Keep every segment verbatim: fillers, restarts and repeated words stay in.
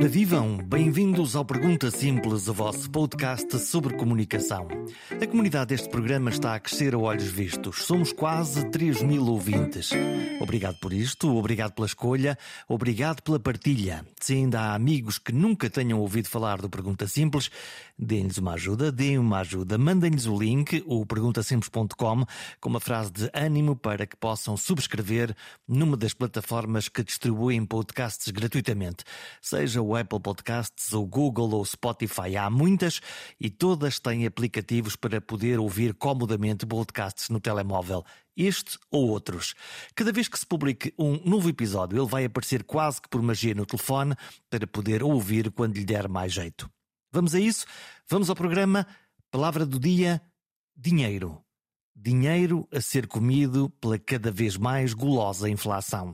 Ora vivam, bem-vindos ao Pergunta Simples, o vosso podcast sobre comunicação. A comunidade deste programa está a crescer a olhos vistos. Somos quase três mil ouvintes. Obrigado por isto, obrigado pela escolha, obrigado pela partilha. Se ainda há amigos que nunca tenham ouvido falar do Pergunta Simples, deem-lhes uma ajuda, deem uma ajuda, mandem-lhes o link, o pergunta simples ponto com, com uma frase de ânimo para que possam subscrever numa das plataformas que distribuem podcasts gratuitamente. Seja o Apple Podcasts, o Google ou o Spotify, há muitas e todas têm aplicativos para poder ouvir comodamente podcasts no telemóvel, este ou outros. Cada vez que se publique um novo episódio, ele vai aparecer quase que por magia no telefone para poder ouvir quando lhe der mais jeito. Vamos a isso? Vamos ao programa. Palavra do dia: dinheiro. Dinheiro a ser comido pela cada vez mais gulosa inflação.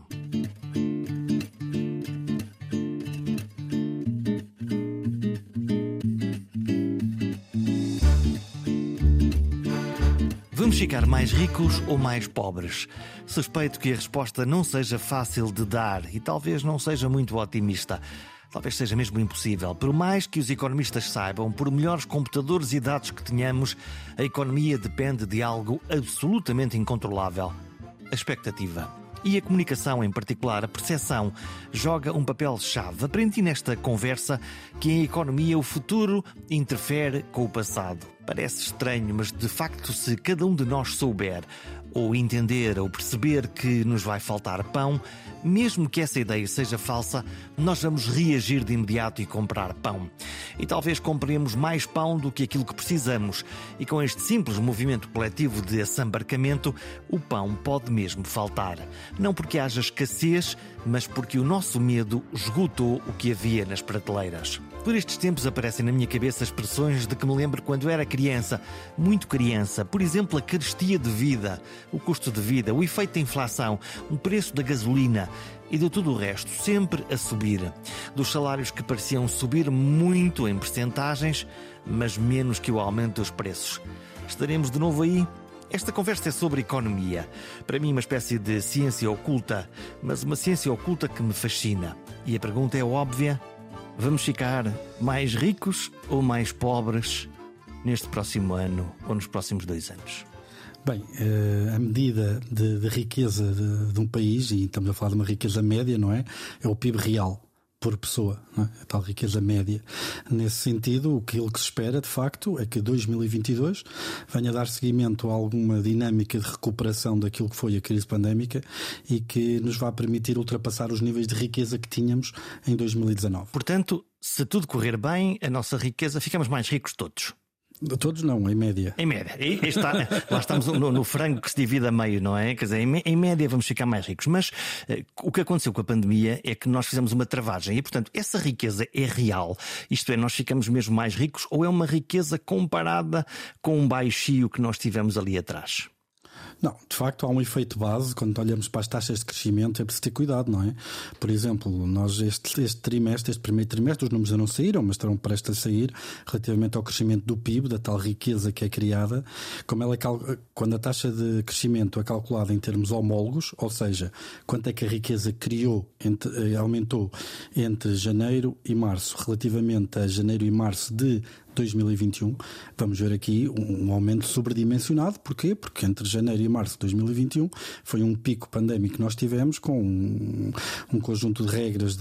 Vamos ficar mais ricos ou mais pobres? Suspeito que a resposta não seja fácil de dar e talvez não seja muito otimista. Talvez seja mesmo impossível. Por mais que os economistas saibam, por melhores computadores e dados que tenhamos, a economia depende de algo absolutamente incontrolável: a expectativa. E a comunicação, em particular, a percepção, joga um papel-chave. Aprendi nesta conversa que em economia o futuro interfere com o passado. Parece estranho, mas de facto, se cada um de nós souber, ou entender, ou perceber que nos vai faltar pão, mesmo que essa ideia seja falsa, nós vamos reagir de imediato e comprar pão. E talvez compremos mais pão do que aquilo que precisamos. E com este simples movimento coletivo de assambarcamento, o pão pode mesmo faltar. Não porque haja escassez, mas porque o nosso medo esgotou o que havia nas prateleiras. Por estes tempos aparecem na minha cabeça expressões de que me lembro quando era criança, muito criança. Por exemplo, a carestia de vida, o custo de vida, o efeito da inflação, o preço da gasolina e de tudo o resto, sempre a subir. Dos salários que pareciam subir muito em percentagens, mas menos que o aumento dos preços. Estaremos de novo aí? Esta conversa é sobre economia. Para mim, uma espécie de ciência oculta, mas uma ciência oculta que me fascina. E a pergunta é óbvia: vamos ficar mais ricos ou mais pobres neste próximo ano ou nos próximos dois anos? Bem, a medida de, de riqueza de, de um país, e estamos a falar de uma riqueza média, não é? É o P I B real por pessoa, não é? A tal riqueza média. Nesse sentido, aquilo que se espera, de facto, é que dois mil e vinte e dois venha a dar seguimento a alguma dinâmica de recuperação daquilo que foi a crise pandémica e que nos vá permitir ultrapassar os níveis de riqueza que tínhamos em dois mil e dezanove. Portanto, se tudo correr bem, a nossa riqueza, ficamos mais ricos todos. Todos não, em média. Em média. E, e está, lá estamos no, no frango que se divide a meio, não é? Quer dizer, em, em média vamos ficar mais ricos. Mas eh, o que aconteceu com a pandemia é que nós fizemos uma travagem e, portanto, essa riqueza é real. Isto é, nós ficamos mesmo mais ricos ou é uma riqueza comparada com um baixio que nós tivemos ali atrás? Não, de facto há um efeito base. Quando olhamos para as taxas de crescimento é preciso ter cuidado, não é? Por exemplo, nós este, este trimestre, este primeiro trimestre, os números ainda não saíram, mas estarão prestes a sair, relativamente ao crescimento do P I B, da tal riqueza que é criada, como ela é cal... quando a taxa de crescimento é calculada em termos homólogos, ou seja, quanto é que a riqueza criou, entre, aumentou entre janeiro e março, relativamente a janeiro e março de dois mil e vinte e um, vamos ver aqui um, um aumento sobredimensionado. Porquê? Porque entre janeiro e março de dois mil e vinte e um foi um pico pandémico que nós tivemos com um, um conjunto de regras de,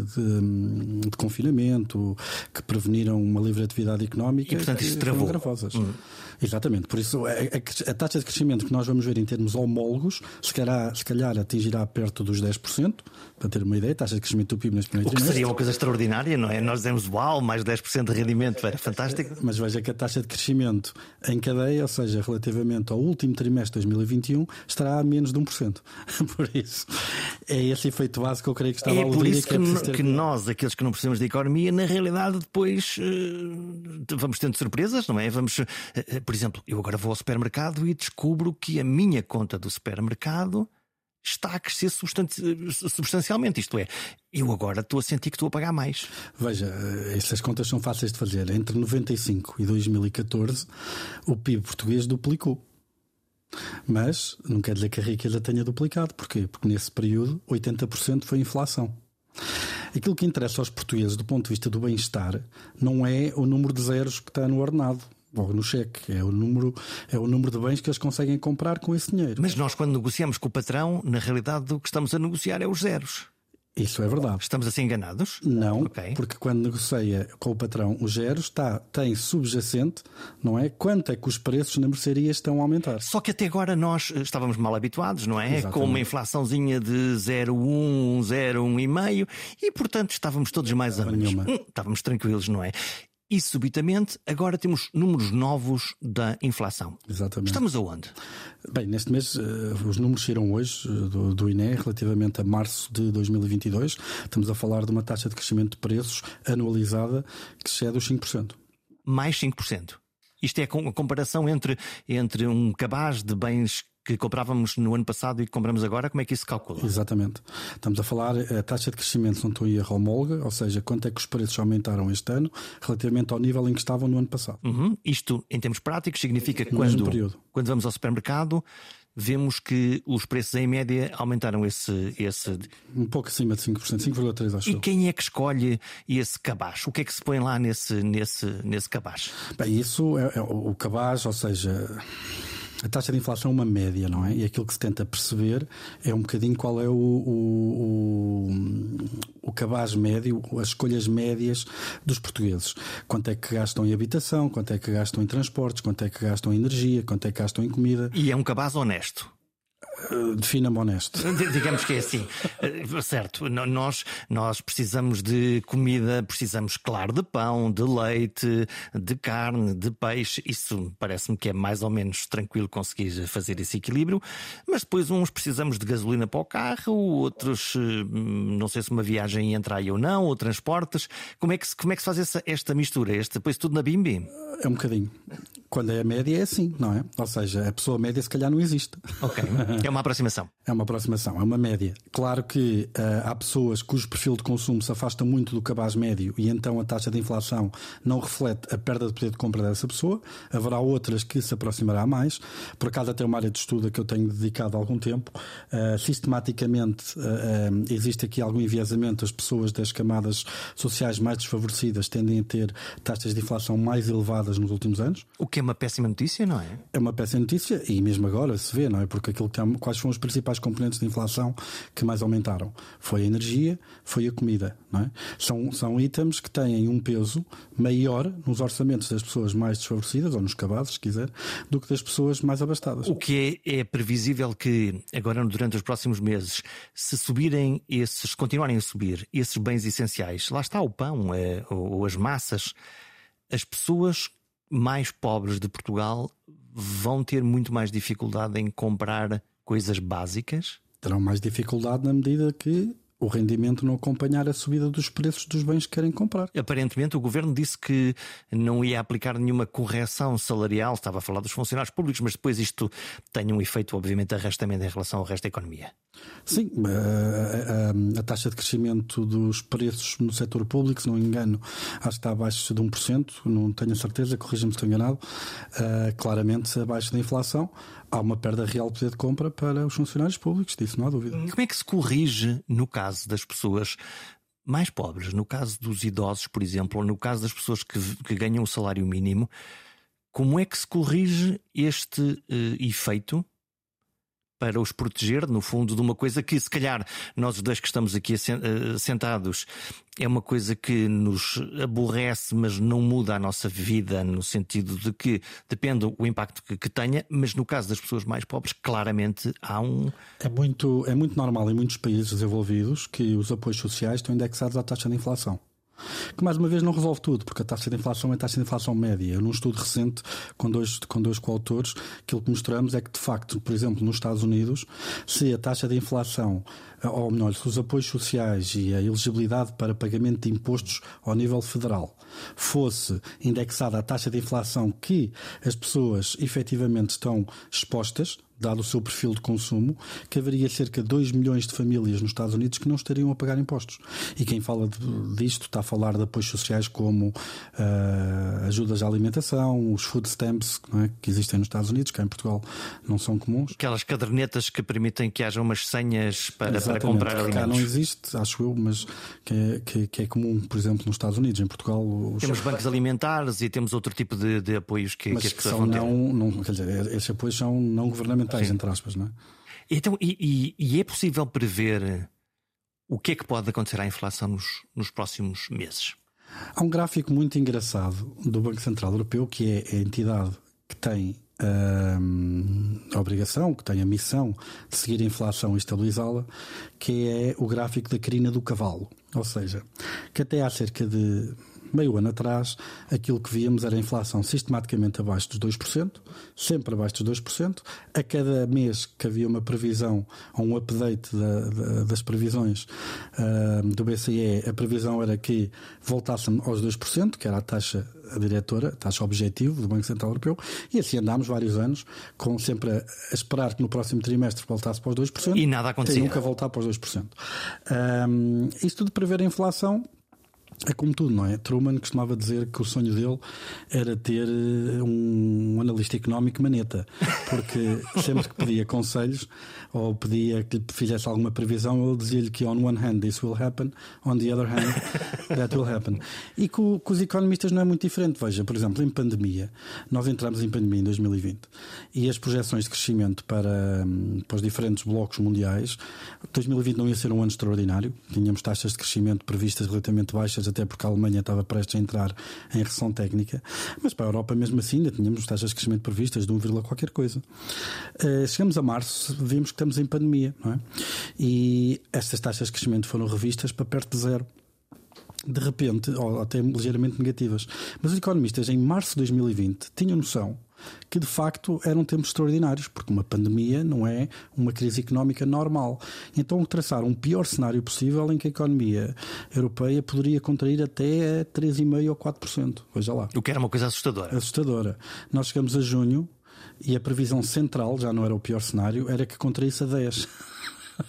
de, de confinamento que preveniram uma livre atividade económica e, portanto, isso travou. Gravosas. Hum. Exatamente. Por isso, a, a, a taxa de crescimento que nós vamos ver em termos homólogos, se calhar, se calhar atingirá perto dos dez por cento, para ter uma ideia, a taxa de crescimento do P I B neste primeiro trimestre. O que seria uma coisa extraordinária, não é? Nós dizemos, uau, mais dez por cento de rendimento, era fantástico. Mas veja que a taxa de crescimento em cadeia, ou seja, relativamente ao último trimestre de dois mil e vinte e um, estará a menos de um por cento. Por isso, é esse efeito básico que eu creio que estava é a por isso que, que, é ter... que nós, aqueles que não precisamos de economia, na realidade depois uh, vamos tendo surpresas, não é? Vamos, uh, por exemplo, eu agora vou ao supermercado e descubro que a minha conta do supermercado está a crescer substancialmente. Isto é, eu agora estou a sentir que estou a pagar mais. Veja, essas contas são fáceis de fazer. Entre noventa e cinco e dois mil e catorze, o P I B português duplicou. Mas não quer dizer que a riqueza tenha duplicado. Porquê? Porque nesse período oitenta por cento foi inflação. Aquilo que interessa aos portugueses do ponto de vista do bem-estar não é o número de zeros que está no ordenado ou no cheque, é o número, é o número de bens que eles conseguem comprar com esse dinheiro. Mas nós, quando negociamos com o patrão, na realidade o que estamos a negociar é os zeros. Isso é verdade. Estamos assim enganados? Não, okay. Porque quando negocia com o patrão os zeros, está, tem subjacente, não é? Quanto é que os preços na mercearia estão a aumentar. Só que até agora nós estávamos mal habituados, não é? Exatamente. Com uma inflaçãozinha de zero vírgula um, zero vírgula um e meio e, portanto, estávamos todos mais ou menos. Hum, estávamos tranquilos, não é? E subitamente agora temos números novos da inflação. Exatamente. Estamos aonde? Bem, neste mês os números saíram hoje do, do I N E relativamente a março de dois mil e vinte e dois. Estamos a falar de uma taxa de crescimento de preços anualizada que excede os cinco por cento. Mais cinco por cento. Isto é a comparação entre, entre um cabaz de bens que comprávamos no ano passado e que compramos agora, como é que isso se calcula? Exatamente. Estamos a falar, a taxa de crescimento, se não estou a erro, homóloga, ou seja, quanto é que os preços aumentaram este ano relativamente ao nível em que estavam no ano passado. Uhum. Isto, em termos práticos, significa que no quando, mesmo período. quando vamos ao supermercado, vemos que os preços em média aumentaram esse... esse... Um pouco acima de cinco por cento, cinco vírgula três por cento, acho. E quem é que escolhe esse cabaz? O que é que se põe lá nesse, nesse, nesse cabaz? Bem, isso é, é o cabaz, ou seja... A taxa de inflação é uma média, não é? E aquilo que se tenta perceber é um bocadinho qual é o, o, o, o cabaz médio, as escolhas médias dos portugueses. Quanto é que gastam em habitação, quanto é que gastam em transportes, quanto é que gastam em energia, quanto é que gastam em comida. E é um cabaz honesto. Defina-me honesto. Digamos que é assim, certo, nós, nós precisamos de comida, precisamos, claro, de pão, de leite, de carne, de peixe. Isso parece-me que é mais ou menos tranquilo conseguir fazer esse equilíbrio. Mas depois uns precisamos de gasolina para o carro, outros não sei se uma viagem entra aí ou não, ou transportes. Como é que se, como é que se faz essa, esta mistura? Este, depois tudo na bimbi? É um bocadinho. Quando é a média é assim, não é? Ou seja, a pessoa média se calhar não existe. Ok, é uma aproximação. É uma aproximação, é uma média. Claro que uh, há pessoas cujo perfil de consumo se afasta muito do cabaz médio e então a taxa de inflação não reflete a perda de poder de compra dessa pessoa. Haverá outras que se aproximará mais. Por acaso até uma área de estudo que eu tenho dedicado há algum tempo. Uh, sistematicamente uh, uh, existe aqui algum enviesamento. As pessoas das camadas sociais mais desfavorecidas tendem a ter taxas de inflação mais elevadas nos últimos anos. O que é uma péssima notícia, não é? É uma péssima notícia e mesmo agora se vê, não é? Porque aquilo que há, quais foram os principais componentes de inflação que mais aumentaram? Foi a energia, foi a comida, não é? São, são itens que têm um peso maior nos orçamentos das pessoas mais desfavorecidas, ou nos cabazes, se quiser, do que das pessoas mais abastadas. O que é, é previsível que agora, durante os próximos meses, se subirem esses, continuarem a subir esses bens essenciais, lá está o pão, é, ou, ou as massas, as pessoas mais pobres de Portugal vão ter muito mais dificuldade em comprar coisas básicas? Terão mais dificuldade na medida que o rendimento não acompanhar a subida dos preços dos bens que querem comprar. Aparentemente o Governo disse que não ia aplicar nenhuma correção salarial, estava a falar dos funcionários públicos, mas depois isto tem um efeito obviamente arrastamento em relação ao resto da economia. Sim, a, a, a taxa de crescimento dos preços no setor público, se não me engano, acho que está abaixo de um por cento, não tenho a certeza, corrija-me se estou enganado, uh, claramente abaixo da inflação. Há uma perda real de poder de compra para os funcionários públicos, disso não há dúvida. Como é que se corrige no caso das pessoas mais pobres, no caso dos idosos, por exemplo, ou no caso das pessoas que, que ganham o salário mínimo? Como é que se corrige este uh, efeito para os proteger, no fundo, de uma coisa que, se calhar, nós os dois que estamos aqui sentados, é uma coisa que nos aborrece, mas não muda a nossa vida, no sentido de que depende do impacto que, que tenha, mas no caso das pessoas mais pobres, claramente há um... É muito, é muito normal em muitos países desenvolvidos que os apoios sociais estão indexados à taxa de inflação. Que mais uma vez não resolve tudo, porque a taxa de inflação é a taxa de inflação média. Eu, num estudo recente com dois, com dois coautores, aquilo que mostramos é que, de facto, por exemplo, nos Estados Unidos, se a taxa de inflação, ou melhor, se os apoios sociais e a elegibilidade para pagamento de impostos ao nível federal fosse indexada à taxa de inflação que as pessoas efetivamente estão expostas, dado o seu perfil de consumo, que haveria cerca de dois milhões de famílias nos Estados Unidos que não estariam a pagar impostos. E quem fala de, disto está a falar de apoios sociais como uh, ajudas à alimentação, os food stamps, não é? Que existem nos Estados Unidos, que em Portugal não são comuns. Aquelas cadernetas que permitem que haja umas senhas para, para comprar alimentos. Cá não existe, acho eu, mas que é, que, que é comum, por exemplo, nos Estados Unidos. Em Portugal os... temos bancos alimentares e temos outro tipo de, de apoios que, mas que as que pessoas são vão ter. Não, não, quer dizer, esses apoios são não governamentais, sim, entre aspas, não é? Então, e, e, e é possível prever o que é que pode acontecer à inflação nos, nos próximos meses? Há um gráfico muito engraçado do Banco Central Europeu, que é a entidade que tem hum, a obrigação, que tem a missão de seguir a inflação e estabilizá-la, que é o gráfico da crina do cavalo. Ou seja, que até há cerca de meio ano atrás, aquilo que víamos era a inflação sistematicamente abaixo dos dois por cento, sempre abaixo dos dois por cento. A cada mês que havia uma previsão ou um update da, da, das previsões uh, do B C E, a previsão era que voltassem aos dois por cento, que era a taxa diretora, a taxa objetivo do Banco Central Europeu, e assim andámos vários anos, com sempre a, a esperar que no próximo trimestre voltasse para os dois por cento. E nada acontecia. E nunca voltar para os dois por cento. Um, isto de prever a inflação é como tudo, não é? Truman costumava dizer que o sonho dele era ter um analista económico maneta, porque sempre que pedia conselhos ou pedia que lhe fizesse alguma previsão, ele dizia-lhe que on one hand this will happen, on the other hand that will happen. E com, com os economistas não é muito diferente. Veja, por exemplo, em pandemia, nós entramos em pandemia em dois mil e vinte e as projeções de crescimento para, para os diferentes blocos mundiais, dois mil e vinte não ia ser um ano extraordinário, tínhamos taxas de crescimento previstas relativamente baixas, até porque a Alemanha estava prestes a entrar em recessão técnica, mas para a Europa mesmo assim ainda tínhamos taxas de crescimento previstas de um vírgula qualquer coisa. Uh, chegamos a março, vimos que estamos em pandemia, não é? E estas taxas de crescimento foram revistas para perto de zero. De repente, ou até ligeiramente negativas. Mas os economistas em março de dois mil e vinte tinham noção que de facto eram tempos extraordinários, porque uma pandemia não é uma crise económica normal. Então traçaram um pior cenário possível em que a economia europeia poderia contrair até três vírgula cinco por cento ou quatro por cento. Veja lá. O que era uma coisa assustadora. Assustadora. Nós chegamos a junho e a previsão central, já não era o pior cenário, era que contraísse a dez por cento.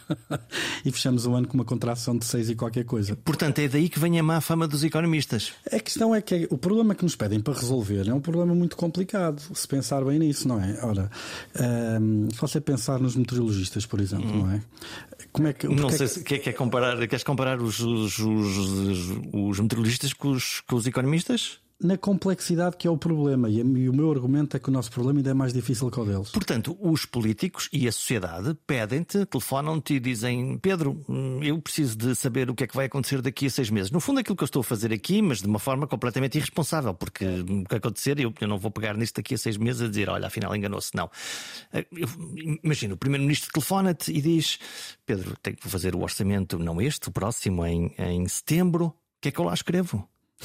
E fechamos o ano com uma contração de seis e qualquer coisa. Portanto, é daí que vem a má fama dos economistas. A questão é que o problema que nos pedem para resolver é um problema muito complicado, se pensar bem nisso, não é? Ora, um, se você pensar nos meteorologistas, por exemplo, hum. não é? Como é que, não sei é se que... quer comparar, queres comparar os, os, os, os meteorologistas com os, com os economistas? Na complexidade que é o problema, e o meu argumento é que o nosso problema ainda é mais difícil que o deles. Portanto, os políticos e a sociedade pedem-te, telefonam-te e dizem: Pedro, eu preciso de saber o que é que vai acontecer daqui a seis meses. No fundo, é aquilo que eu estou a fazer aqui, mas de uma forma completamente irresponsável, porque o que acontecer, eu, eu não vou pegar nisto daqui a seis meses a dizer: olha, afinal enganou-se. Não. Imagina, o primeiro-ministro telefona-te e diz: Pedro, tenho que fazer o orçamento, não este, o próximo, em, em setembro. O que é que eu lá escrevo?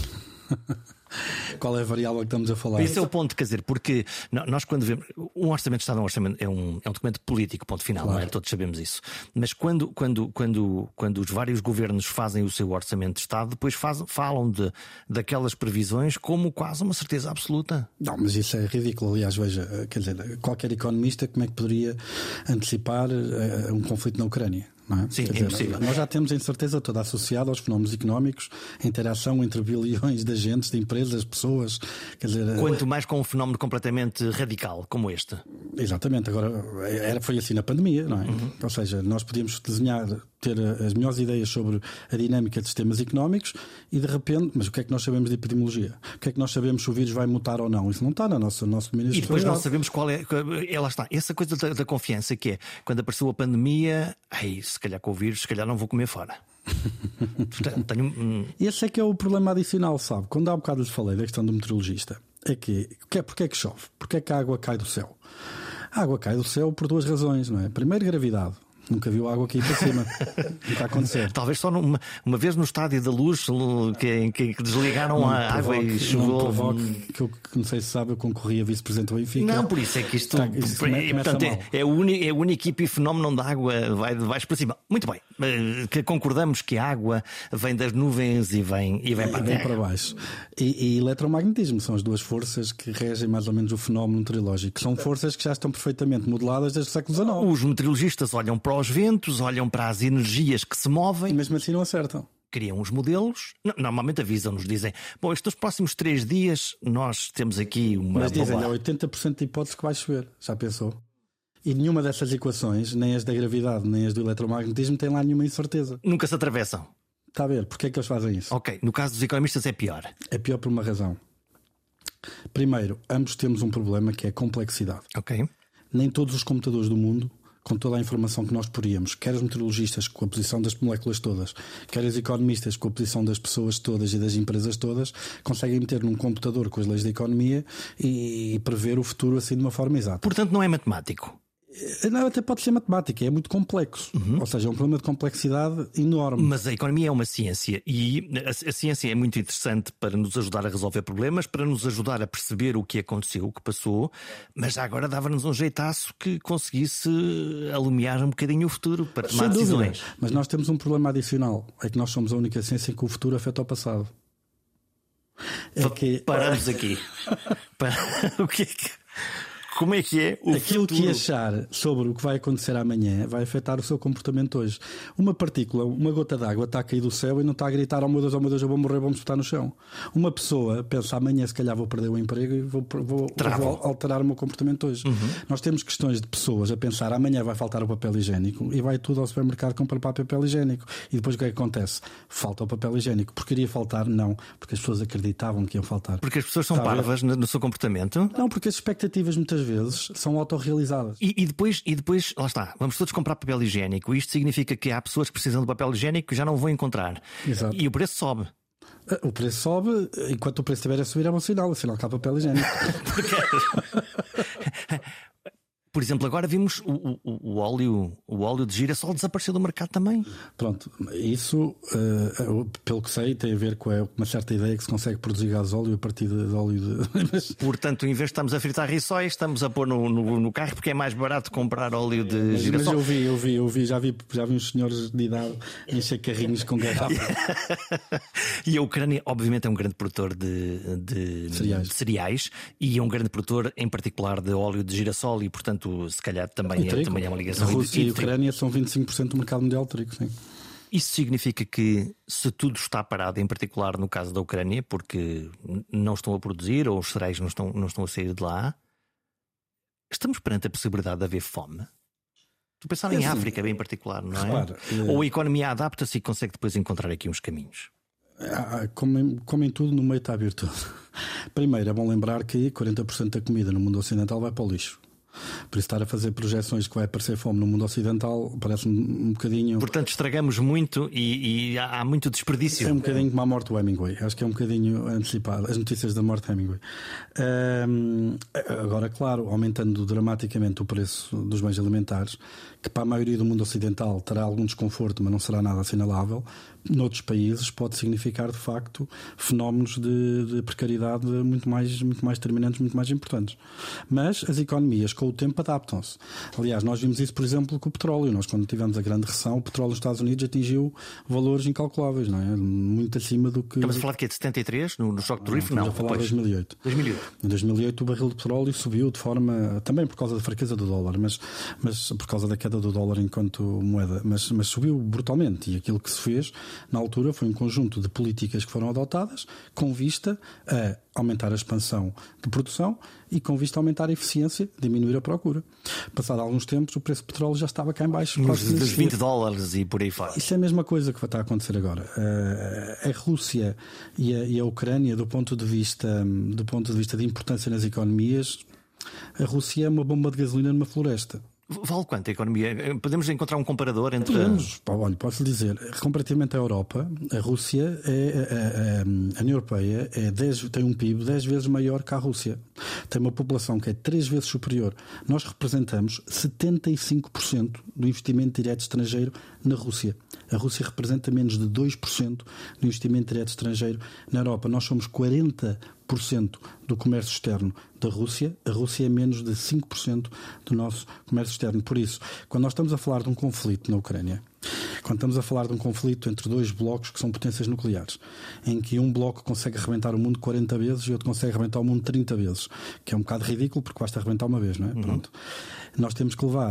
Qual é a variável que estamos a falar? Esse é o ponto, quer dizer, porque nós quando vemos um orçamento de Estado, é um, orçamento, é um, é um documento político, ponto final, claro. Não é? Todos sabemos isso. Mas quando, quando, quando, quando os vários governos fazem o seu orçamento de Estado, depois faz, falam de, daquelas previsões como quase uma certeza absoluta. Não, mas isso é ridículo. Aliás, veja, quer dizer, qualquer economista como é que poderia antecipar uh, um conflito na Ucrânia? Não é? Sim, é dizer, impossível. Nós já temos a incerteza toda associada aos fenómenos económicos, a interação entre bilhões de agentes, de empresas, pessoas. Quer dizer, quanto mais com um fenómeno completamente radical como este. Exatamente. Agora, era, foi assim na pandemia, não é? Uhum. Ou seja, nós podíamos desenhar, ter as melhores ideias sobre a dinâmica de sistemas económicos e de repente, mas o que é que nós sabemos de epidemiologia? O que é que nós sabemos se o vírus vai mutar ou não? Isso não está no nosso, no nosso domínio de E depois não sabemos qual é. Ela está. Essa coisa da, da confiança que é quando apareceu a pandemia, ai, se calhar com o vírus, se calhar não vou comer fora. Portanto, tenho... hum... Esse é que é o problema adicional, sabe? Quando há um bocado lhes falei da questão do meteorologista, é que, que é, porque é que chove? Porque é que a água cai do céu? A água cai do céu por duas razões, não é? Primeiro, gravidade. Nunca viu água aqui para cima. Nunca acontecer. Talvez só numa, uma vez no Estádio da Luz que, que, que desligaram não a provoque, água e choveu. Não provoque, que eu não sei se sabe, eu concorri a vice-presidente do Benfica. Não, por isso é que isto, Está, isso é, portanto, é, é, o único, é o único epifenómeno da água vai de baixo para cima. Muito bem, que concordamos que a água vem das nuvens e vem, e vem, para, e vem para baixo. E, e eletromagnetismo são as duas forças que regem mais ou menos o fenómeno meteorológico. São forças que já estão perfeitamente modeladas desde o século dezenove. Os meteorologistas olham para os ventos, olham para as energias que se movem. E mesmo assim não acertam. criam os modelos, normalmente avisam-nos, dizem, bom, estes próximos três dias nós temos aqui uma... Mas dizem, há oitenta por cento de hipótese que vai chover, já pensou? E nenhuma dessas equações, nem as da gravidade, nem as do eletromagnetismo, tem lá nenhuma incerteza. Nunca se atravessam. Está a ver, porque é que eles fazem isso? Ok, no caso dos economistas é pior. É pior por uma razão. Primeiro, ambos temos um problema que é a complexidade. Ok. Nem todos os computadores do mundo, com toda a informação que nós poríamos, quer os meteorologistas com a posição das moléculas todas, quer os economistas com a posição das pessoas todas e das empresas todas, conseguem meter num computador com as leis da economia e prever o futuro assim de uma forma exata. Portanto, não é matemático. Não, até pode ser matemática, é muito complexo. Uhum. Ou seja, é um problema de complexidade enorme. Mas a economia é uma ciência e a, a ciência é muito interessante para nos ajudar a resolver problemas, para nos ajudar a perceber o que aconteceu, o que passou, mas já agora dava-nos um jeitaço que conseguisse alumiar um bocadinho o futuro para tomar Sem decisões. Dúvida. Mas nós temos um problema adicional, é que nós somos a única ciência em que o futuro afeta o passado. É que... Paramos aqui. O que é que... Como é que é o Aquilo futuro? que achar sobre o que vai acontecer amanhã vai afetar o seu comportamento hoje. Uma partícula, uma gota d'água está a cair do céu e não está a gritar: oh meu Deus, oh meu Deus, eu vou morrer, vou-me espetar no chão. Uma pessoa pensa: amanhã se calhar vou perder o emprego e vou, vou, vou alterar o meu comportamento hoje. Uhum. Nós temos questões de pessoas a pensar: amanhã vai faltar o papel higiênico, e vai tudo ao supermercado comprar papel higiênico. E depois o que é que acontece? Falta o papel higiênico. Porque iria faltar? Não. Porque as pessoas acreditavam que iam faltar. Porque as pessoas são está parvas no seu comportamento? Não, porque as expectativas muitas vezes são autorrealizadas. E, e, depois, e depois, lá está, vamos todos comprar papel higiênico. Isto significa que há pessoas que precisam de papel higiênico e já não o vão encontrar. Exato. E o preço sobe. O preço sobe, enquanto o preço estiver a subir é um sinal, o sinal que há papel higiênico. Por exemplo, agora vimos o, o, o, óleo, o óleo de girassol desapareceu do mercado também. Pronto, isso, uh, pelo que sei, tem a ver com uma certa ideia que se consegue produzir gasóleo a partir de óleo de... Portanto, em vez de estarmos a fritar rissóis, estamos a pôr no, no, no carro porque é mais barato comprar óleo de mas, girassol. Mas eu vi, eu vi, eu vi, já vi, já vi uns senhores de idade encher carrinhos com garrafas. E a Ucrânia, obviamente, é um grande produtor de, de, cereais. de cereais e é um grande produtor, em particular, de óleo de girassol e, portanto, se calhar também, é, também é uma ligação. A Rússia e a Ucrânia são vinte e cinco por cento do mercado mundial de trigo, sim. Isso significa que, se tudo está parado, em particular no caso da Ucrânia, porque não estão a produzir ou os cereais não estão, não estão a sair de lá, estamos perante a possibilidade de haver fome? Tu pensar em é assim, África, bem em particular, não é? Repara, ou a economia adapta-se e consegue depois encontrar aqui uns caminhos? Como em, como em tudo, no meio está a virtude. Primeiro, é bom lembrar que quarenta por cento da comida no mundo ocidental vai para o lixo. Por isso, estar a fazer projeções que vai aparecer fome no mundo ocidental parece-me um bocadinho. Portanto, estragamos muito e, e há muito desperdício. É um bocadinho como a morte do Hemingway. Acho que é um bocadinho antecipado. As notícias da morte de Hemingway. Um, agora, claro, aumentando dramaticamente o preço dos bens alimentares, que para a maioria do mundo ocidental terá algum desconforto, mas não será nada assinalável. Noutros países pode significar, de facto, fenómenos de, de precariedade muito mais, muito mais determinantes, muito mais importantes. Mas as economias, com o tempo, adaptam-se. Aliás, nós vimos isso, por exemplo, com o petróleo. Nós, quando tivemos a grande recessão, o petróleo nos Estados Unidos atingiu valores incalculáveis, não é? Muito acima do que... Estamos a falar de quê? De setenta e três? No, no choque do Rifle? Não, estamos a falar de dois mil e oito. dois mil e oito. Em dois mil e oito o barril de petróleo subiu de forma... Também por causa da fraqueza do dólar, mas, mas por causa da queda do dólar enquanto moeda. Mas, mas subiu brutalmente. E aquilo que se fez, na altura, foi um conjunto de políticas que foram adotadas com vista a aumentar a expansão de produção e com vista a aumentar a eficiência, diminuir a procura. Passado alguns tempos, o preço do petróleo já estava cá em baixo. Dos vinte dólares e por aí fora. Isso é a mesma coisa que vai estar a acontecer agora. A Rússia e a, e a Ucrânia, do ponto de vista, do ponto de vista de importância nas economias, a Rússia é uma bomba de gasolina numa floresta. Vale quanto a economia? Podemos encontrar um comparador entre... Podemos. Olha, posso dizer, comparativamente à Europa, a Rússia, é, a, a, a União Europeia é dez, tem um P I B dez vezes maior que a Rússia. Tem uma população que é três vezes superior. Nós representamos setenta e cinco por cento do investimento direto estrangeiro na Rússia. A Rússia representa menos de dois por cento do investimento direto estrangeiro na Europa. Nós somos quarenta por cento do comércio externo da Rússia. A Rússia é menos de cinco por cento do nosso comércio externo. Por isso, quando nós estamos a falar de um conflito na Ucrânia, quando estamos a falar de um conflito entre dois blocos que são potências nucleares, em que um bloco consegue arrebentar o mundo quarenta vezes e outro consegue arrebentar o mundo trinta vezes, que é um bocado ridículo porque basta arrebentar uma vez, não é? Uhum. Pronto. Nós temos que levar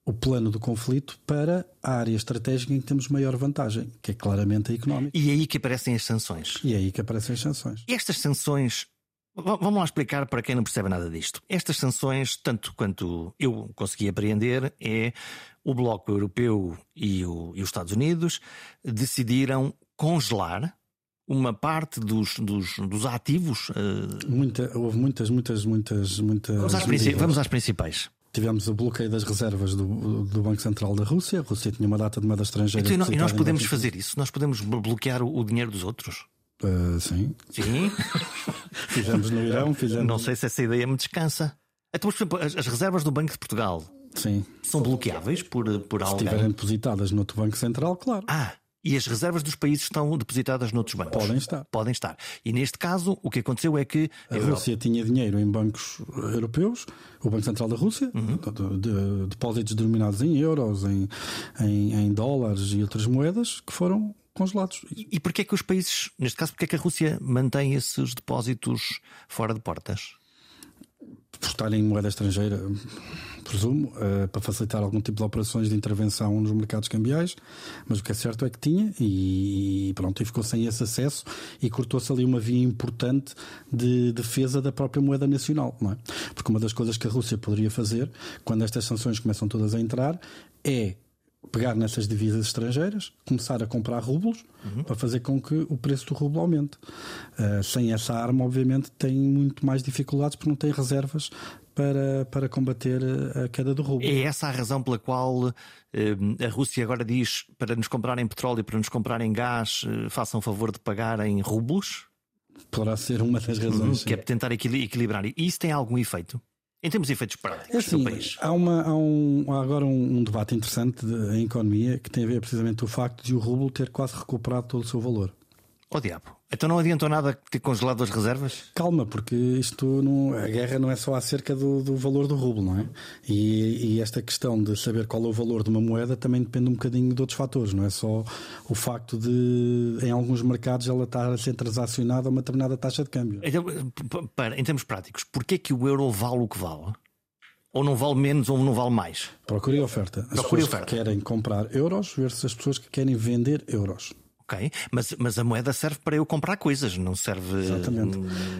o plano do conflito para a área estratégica em que temos maior vantagem, que é claramente a económica. E é aí que aparecem as sanções. E é aí que aparecem as sanções. E estas sanções, vamos lá explicar para quem não percebe nada disto. Estas sanções, tanto quanto eu consegui apreender, é o Bloco Europeu e, o, e os Estados Unidos decidiram congelar uma parte dos, dos, dos ativos. Uh... Muita, houve muitas, muitas, muitas, muitas. Vamos às, princip... vamos às principais. Tivemos o bloqueio das reservas do, do Banco Central da Rússia. A Rússia tinha uma data de moeda estrangeira. Então, e nós podemos fazer isso? Nós podemos bloquear o, o dinheiro dos outros? Uh, sim. Sim. Fizemos no Irão. Fizemos... Não sei se essa ideia me descansa. Então, por exemplo, as, as reservas do Banco de Portugal, sim, são bloqueáveis por, por alguém? Se estiverem depositadas no outro Banco Central, claro. Ah, e as reservas dos países estão depositadas noutros bancos? Podem estar. Podem estar. E neste caso, o que aconteceu é que a, a Rússia tinha dinheiro em bancos europeus, o Banco Central da Rússia, uhum. de, de, depósitos denominados em euros, em, em, em dólares e outras moedas que foram congelados. E, e porquê é que os países, neste caso, porquê é que a Rússia mantém esses depósitos fora de portas? Por estar em moeda estrangeira, presumo, uh, para facilitar algum tipo de operações de intervenção nos mercados cambiais, mas o que é certo é que tinha e pronto, e ficou sem esse acesso e cortou-se ali uma via importante de defesa da própria moeda nacional, não é? Porque uma das coisas que a Rússia poderia fazer, quando estas sanções começam todas a entrar, é pegar nessas divisas estrangeiras, começar a comprar rublos, uhum. para fazer com que o preço do rublo aumente. Uh, sem essa arma, obviamente, tem muito mais dificuldades porque não tem reservas para, para combater a queda do rublo. É essa a razão pela qual uh, a Rússia agora diz para nos comprarem petróleo e para nos comprarem gás, uh, façam o favor de pagar em rublos? Poderá ser uma das razões. Uhum, que é tentar equilibrar. E isso tem algum efeito? Em termos de efeitos práticos, é assim, no país. Há, uma, há, um, há agora um, um debate interessante de, em economia que tem a ver precisamente com o facto de o rublo ter quase recuperado todo o seu valor. Oh diabo, então não adiantou nada ter congelado as reservas? Calma, porque isto não, a guerra não é só acerca do, do valor do rublo, não é? E, e esta questão de saber qual é o valor de uma moeda também depende um bocadinho de outros fatores, não é só o facto de, em alguns mercados, ela estar a ser transacionada a uma determinada taxa de câmbio. Então, para, em termos práticos, porquê que o euro vale o que vale? Ou não vale menos ou não vale mais? Procure e oferta. As Procure pessoas oferta. que querem comprar euros versus as pessoas que querem vender euros. Ok, mas, mas a moeda serve para eu comprar coisas, não serve... Exatamente.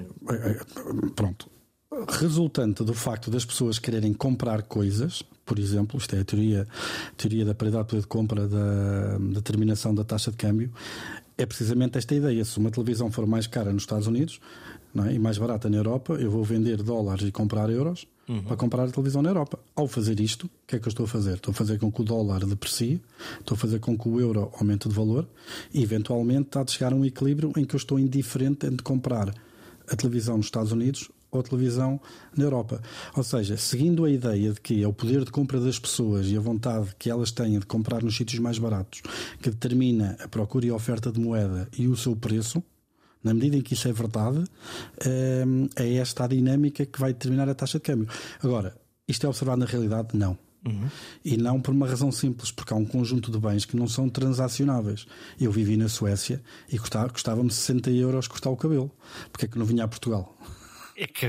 Pronto. Resultante do facto das pessoas quererem comprar coisas, por exemplo, isto é a teoria, a teoria da paridade de poder de compra, da determinação da taxa de câmbio, é precisamente esta ideia. Se uma televisão for mais cara nos Estados Unidos, não é, e mais barata na Europa, eu vou vender dólares e comprar euros, uhum. para comprar a televisão na Europa. Ao fazer isto, o que é que eu estou a fazer? Estou a fazer com que o dólar deprecie, estou a fazer com que o euro aumente de valor e eventualmente há de chegar a um equilíbrio em que eu estou indiferente entre comprar a televisão nos Estados Unidos ou a televisão na Europa. Ou seja, seguindo a ideia de que é o poder de compra das pessoas e a vontade que elas têm de comprar nos sítios mais baratos que determina a procura e a oferta de moeda e o seu preço, na medida em que isso é verdade, é esta a dinâmica que vai determinar a taxa de câmbio. Agora, isto é observado na realidade? Não. Uhum. E não por uma razão simples, porque há um conjunto de bens que não são transacionáveis. Eu vivi na Suécia e custava, custava-me sessenta euros cortar o cabelo. Porque é que não vinha a Portugal? É que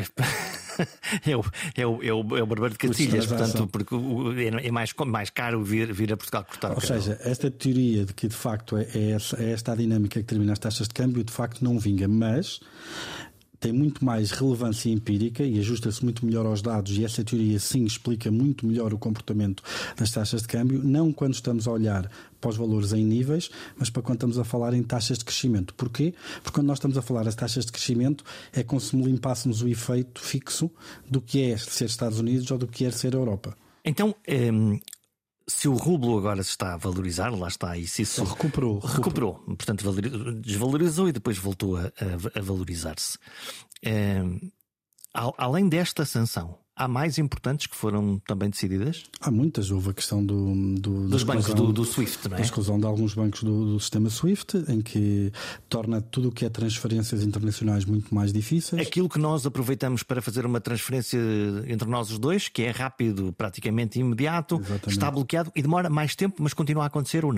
é o, é o, é o, é o barbeiro de Cacilhas, portanto, porque é mais, mais caro vir, vir a Portugal cortar. Ou seja, esta teoria de que de facto é, é, essa, é esta a dinâmica que determina as taxas de câmbio, de facto não vinga, mas tem muito mais relevância empírica e ajusta-se muito melhor aos dados, e essa teoria sim explica muito melhor o comportamento das taxas de câmbio, não quando estamos a olhar para os valores em níveis, mas para quando estamos a falar em taxas de crescimento. Porquê? Porque quando nós estamos a falar das taxas de crescimento é como se limpássemos o efeito fixo do que é ser Estados Unidos ou do que é ser Europa. Então, hum... se o rublo agora se está a valorizar, lá está, e se isso recuperou, recuperou, recuperou. Portanto desvalorizou e depois voltou a, a, a valorizar-se. É, além desta sanção, há mais importantes que foram também decididas? Há muitas. Houve a questão do, do, dos bancos exclusão, do, do SWIFT, não é? A exclusão de alguns bancos do, do sistema SWIFT, em que torna tudo o que é transferências internacionais muito mais difíceis. Aquilo que nós aproveitamos para fazer uma transferência entre nós os dois, que é rápido, praticamente imediato, Exatamente. Está bloqueado e demora mais tempo, mas continua a acontecer ou não?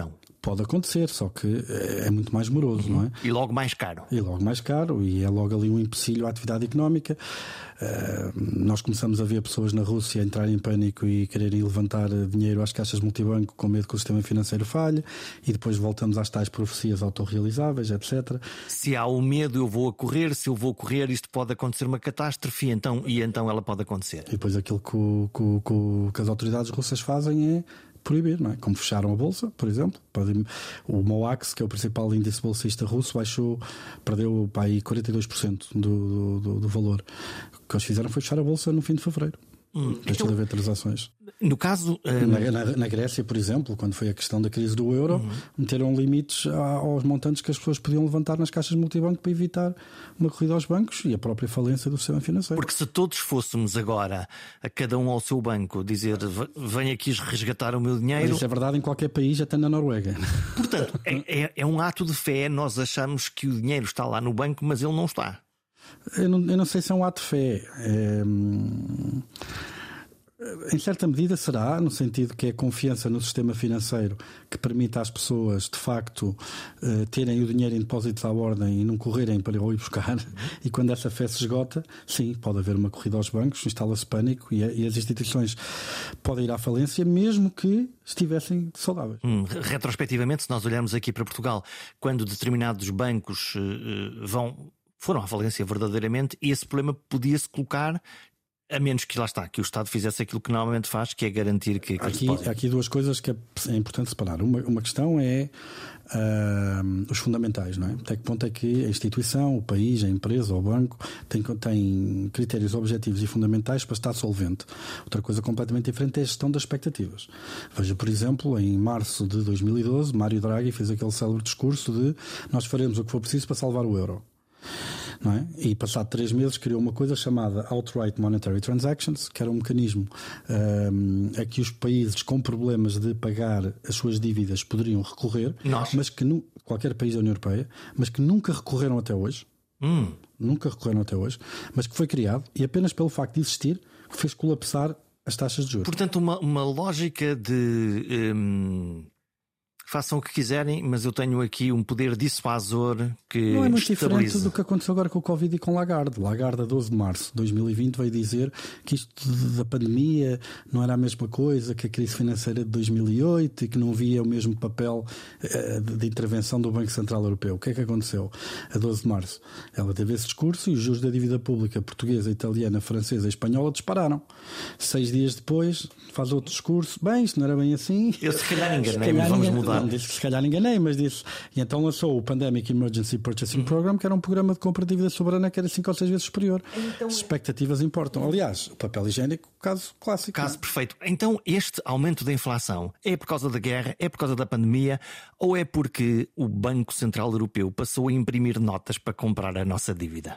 Pode acontecer, só que é muito mais moroso, uhum. não é? E logo mais caro. E logo mais caro, e é logo ali um empecilho à atividade económica. Uh, nós começamos a ver pessoas na Rússia entrarem em pânico e quererem levantar dinheiro às caixas multibanco com medo que o sistema financeiro falhe, e depois voltamos às tais profecias autorrealizáveis, etcétera. Se há o medo, eu vou a correr, se eu vou a correr, isto pode acontecer uma catástrofe, e então, e então ela pode acontecer. E depois aquilo que, o, que, o, que as autoridades russas fazem é proibir, não é? Como fecharam a bolsa, por exemplo. O MOAX, que é o principal índice bolsista russo, baixou, perdeu para aí quarenta e dois por cento do, do, do valor. O que eles fizeram foi fechar a bolsa no fim de fevereiro. Hum, Deixa então, de haver transações. No caso. Um... Na, na, na Grécia, por exemplo, quando foi a questão da crise do euro, uhum. meteram limites aos montantes que as pessoas podiam levantar nas caixas multibanco para evitar uma corrida aos bancos e a própria falência do sistema financeiro. Porque se todos fôssemos agora, a cada um ao seu banco, dizer venho aqui resgatar o meu dinheiro. Mas isso é verdade em qualquer país, até na Noruega. Portanto, é, é, é um ato de fé. Nós achamos que o dinheiro está lá no banco, mas ele não está. Eu não, eu não sei se é um ato de fé. É... Em certa medida será, no sentido que é a confiança no sistema financeiro que permite às pessoas, de facto, terem o dinheiro em depósitos à ordem e não correrem para ir buscar. E quando essa fé se esgota, sim, pode haver uma corrida aos bancos, instala-se pânico e as instituições podem ir à falência, mesmo que estivessem saudáveis. Hum, retrospectivamente, se nós olharmos aqui para Portugal, quando determinados bancos uh, vão, foram à falência verdadeiramente, esse problema podia-se colocar. A menos que lá está, que o Estado fizesse aquilo que normalmente faz, que é garantir que... que aqui, há aqui duas coisas que é, é importante separar. Uma, uma questão é uh, os fundamentais, não é? Até que ponto é que a instituição, o país, a empresa, o banco tem, tem critérios objetivos e fundamentais para estar solvente. Outra coisa completamente diferente é a gestão das expectativas. Veja, por exemplo, em março de dois mil e doze, Mário Draghi fez aquele célebre discurso de nós faremos o que for preciso para salvar o euro. Não é? E passado três meses criou uma coisa chamada Outright Monetary Transactions, que era um mecanismo um, a que os países com problemas de pagar as suas dívidas poderiam recorrer, Nossa. mas que nu- qualquer país da União Europeia, mas que nunca recorreram até hoje, hum. nunca recorreram até hoje, mas que foi criado e apenas pelo facto de existir fez colapsar as taxas de juros. Portanto, uma, uma lógica de hum, façam o que quiserem, mas eu tenho aqui um poder dissuasor que não é muito estabiliza. diferente do que aconteceu agora com o Covid e com Lagarde. Lagarde, a doze de março de dois mil e vinte, veio dizer que isto da pandemia não era a mesma coisa que a crise financeira de dois mil e oito e que não havia o mesmo papel uh, de, de intervenção do Banco Central Europeu. O que é que aconteceu a doze de março? Ela teve esse discurso e os juros da dívida pública portuguesa, italiana, francesa e espanhola dispararam. Seis dias depois faz outro discurso. Bem, isto não era bem assim. Eu se calhar enganei-me, vamos mudar. Não disse que se calhar enganei, mas disse. E então lançou o Pandemic Emergency Purchasing uhum. Program, que era um programa de compra de dívida soberana que era cinco ou seis vezes superior. Então... As expectativas importam. Aliás, o papel higiênico, caso clássico. Caso perfeito. Então, este aumento da inflação é por causa da guerra, é por causa da pandemia, ou é porque o Banco Central Europeu passou a imprimir notas para comprar a nossa dívida?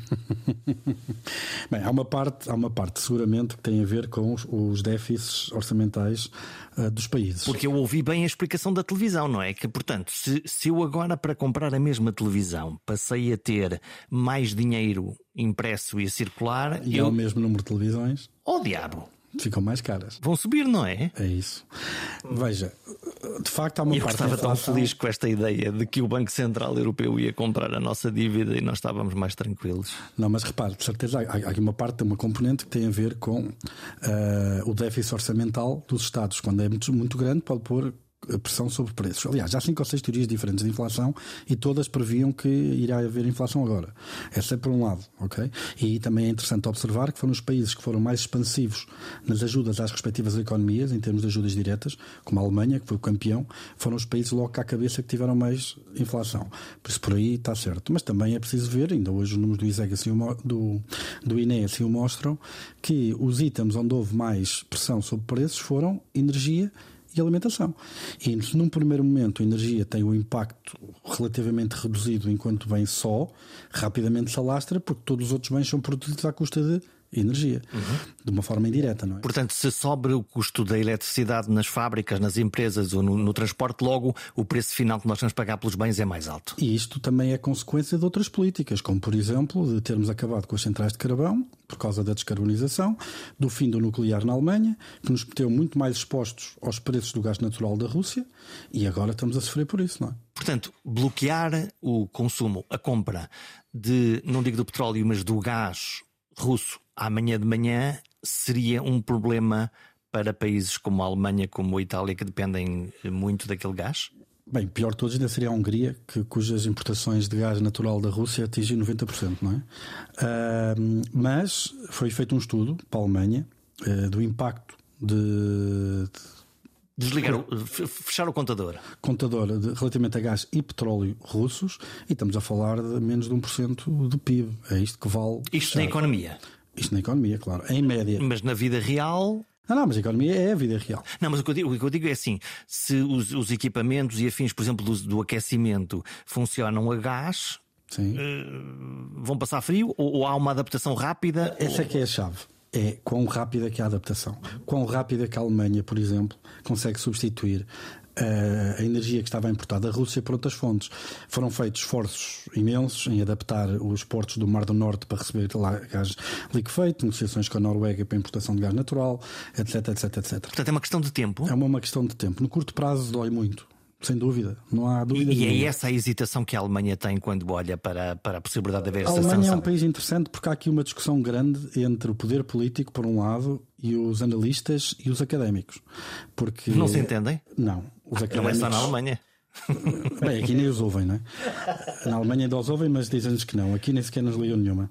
Bem, há uma parte, há uma parte seguramente que tem a ver com os, os déficits orçamentais uh, dos países. Porque eu ouvi bem a explicação da televisão, não é? Que, portanto, se, se eu agora para comprar a mesma televisão passei a ter mais dinheiro impresso e a circular... E eu... é o mesmo número de televisões... Oh, diabo! Ficam mais caras. Vão subir, não é? É isso. Veja, de facto há uma eu parte... Eu estava tão feliz com esta ideia de que o Banco Central Europeu ia comprar a nossa dívida e nós estávamos mais tranquilos. Não, mas repare, de certeza há, há aqui uma parte, uma componente que tem a ver com uh, o déficit orçamental dos Estados. Quando é muito, muito grande pode pôr pressão sobre preços. Aliás, há cinco ou seis teorias diferentes de inflação e todas previam que irá haver inflação agora. Essa é por um lado, ok? E também é interessante observar que foram os países que foram mais expansivos nas ajudas às respectivas economias, em termos de ajudas diretas, como a Alemanha, que foi o campeão, foram os países logo cá à cabeça que tiveram mais inflação. Por isso, por aí está certo. Mas também é preciso ver, ainda hoje os números do I S E G assim, do, do I N E assim o mostram, que os itens onde houve mais pressão sobre preços foram energia e alimentação. E se num primeiro momento a energia tem um impacto relativamente reduzido enquanto bem só, rapidamente se alastra porque todos os outros bens são produzidos à custa de energia, uhum. de uma forma indireta, não é? Portanto, se sobe o custo da eletricidade nas fábricas, nas empresas ou no, no transporte, logo o preço final que nós vamos pagar pelos bens é mais alto. E isto também é consequência de outras políticas, como por exemplo de termos acabado com as centrais de carvão por causa da descarbonização, do fim do nuclear na Alemanha, que nos meteu muito mais expostos aos preços do gás natural da Rússia, e agora estamos a sofrer por isso, não é? Portanto, bloquear o consumo, a compra de, não digo do petróleo, mas do gás russo amanhã de manhã seria um problema para países como a Alemanha, como a Itália, que dependem muito daquele gás? Bem, pior de todos ainda seria a Hungria, que, cujas importações de gás natural da Rússia atingem noventa por cento, não é? Uh, mas foi feito um estudo para a Alemanha uh, do impacto de... de Desligar, o, fechar o contador. Contador de, relativamente a gás e petróleo russos, e estamos a falar de menos de um por cento do P I B. É isto que vale. Isto fechar. Na economia. Isto na economia, claro. Em média. Mas na vida real. Não, não, mas a economia é a vida real. Não, mas o que eu digo, o que eu digo é assim: se os, os equipamentos e afins, por exemplo, do, do aquecimento funcionam a gás, sim. Uh, vão passar frio ou, ou há uma adaptação rápida? Essa ou... é que é a chave. É quão rápida que é a adaptação. Quão rápida que a Alemanha, por exemplo, consegue substituir a energia que estava importada da Rússia por outras fontes. Foram feitos esforços imensos em adaptar os portos do Mar do Norte para receber lá gás liquefeito, negociações com a Noruega para a importação de gás natural, etc, etc, etcétera. Portanto, é uma questão de tempo? É uma, uma questão de tempo. No curto prazo dói muito. Sem dúvida, não há dúvida. E, e é essa a hesitação que a Alemanha tem quando olha para, para a possibilidade de haver essa sanção? A Alemanha é um país interessante porque há aqui uma discussão grande entre o poder político, por um lado, e os analistas e os académicos. Porque... Não se entendem? Não. Os académicos... Não é só na Alemanha. Bem, aqui nem os ouvem, não é? Na Alemanha ainda os ouvem, mas dizem-nos que não. Aqui nem sequer nos ligam nenhuma.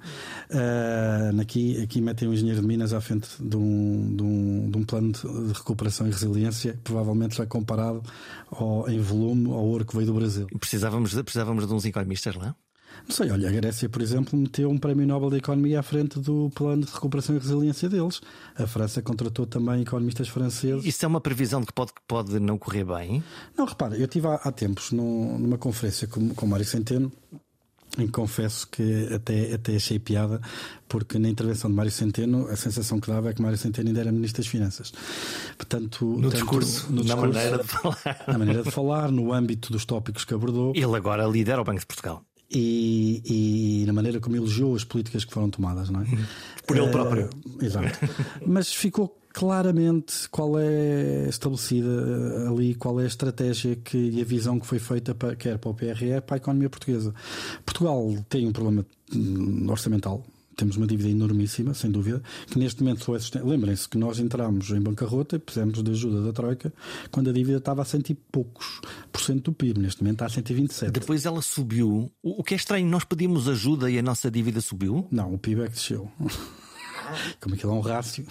Uh, aqui, aqui metem um engenheiro de Minas à frente de um, de um, de um plano de recuperação e resiliência que provavelmente vai comparado ao, em volume ao ouro que veio do Brasil. Precisávamos de, precisávamos de uns economistas lá? Não sei, olha, a Grécia, por exemplo, meteu um prémio Nobel da Economia à frente do plano de recuperação e resiliência deles. A França contratou também economistas franceses. Isso é uma previsão de que pode, que pode não correr bem? Não, repara, eu estive há, há tempos num, numa conferência com, com o Mário Centeno, em que confesso que até, até achei piada, porque na intervenção de Mário Centeno a sensação que dava é que Mário Centeno ainda era Ministro das Finanças. Portanto, no, tanto, discurso, no discurso, na maneira de falar. Na maneira de falar, no âmbito dos tópicos que abordou. Ele agora lidera o Banco de Portugal. E, e na maneira como elogiou as políticas que foram tomadas, não é? Por ele próprio. Uh, exato. Mas ficou claramente qual é estabelecida ali, qual é a estratégia que, e a visão que foi feita para, quer para o P R E, para a economia portuguesa. Portugal tem um problema orçamental. Temos uma dívida enormíssima, sem dúvida, que neste momento só é sustentável. Lembrem-se que nós entramos em bancarrota e precisamos de ajuda da Troika quando a dívida estava a cento e poucos por cento do P I B. Neste momento está a cento e vinte e sete. Depois ela subiu. O que é estranho, nós pedimos ajuda e a nossa dívida subiu? Não, o P I B é que desceu. Como aquilo é um rácio.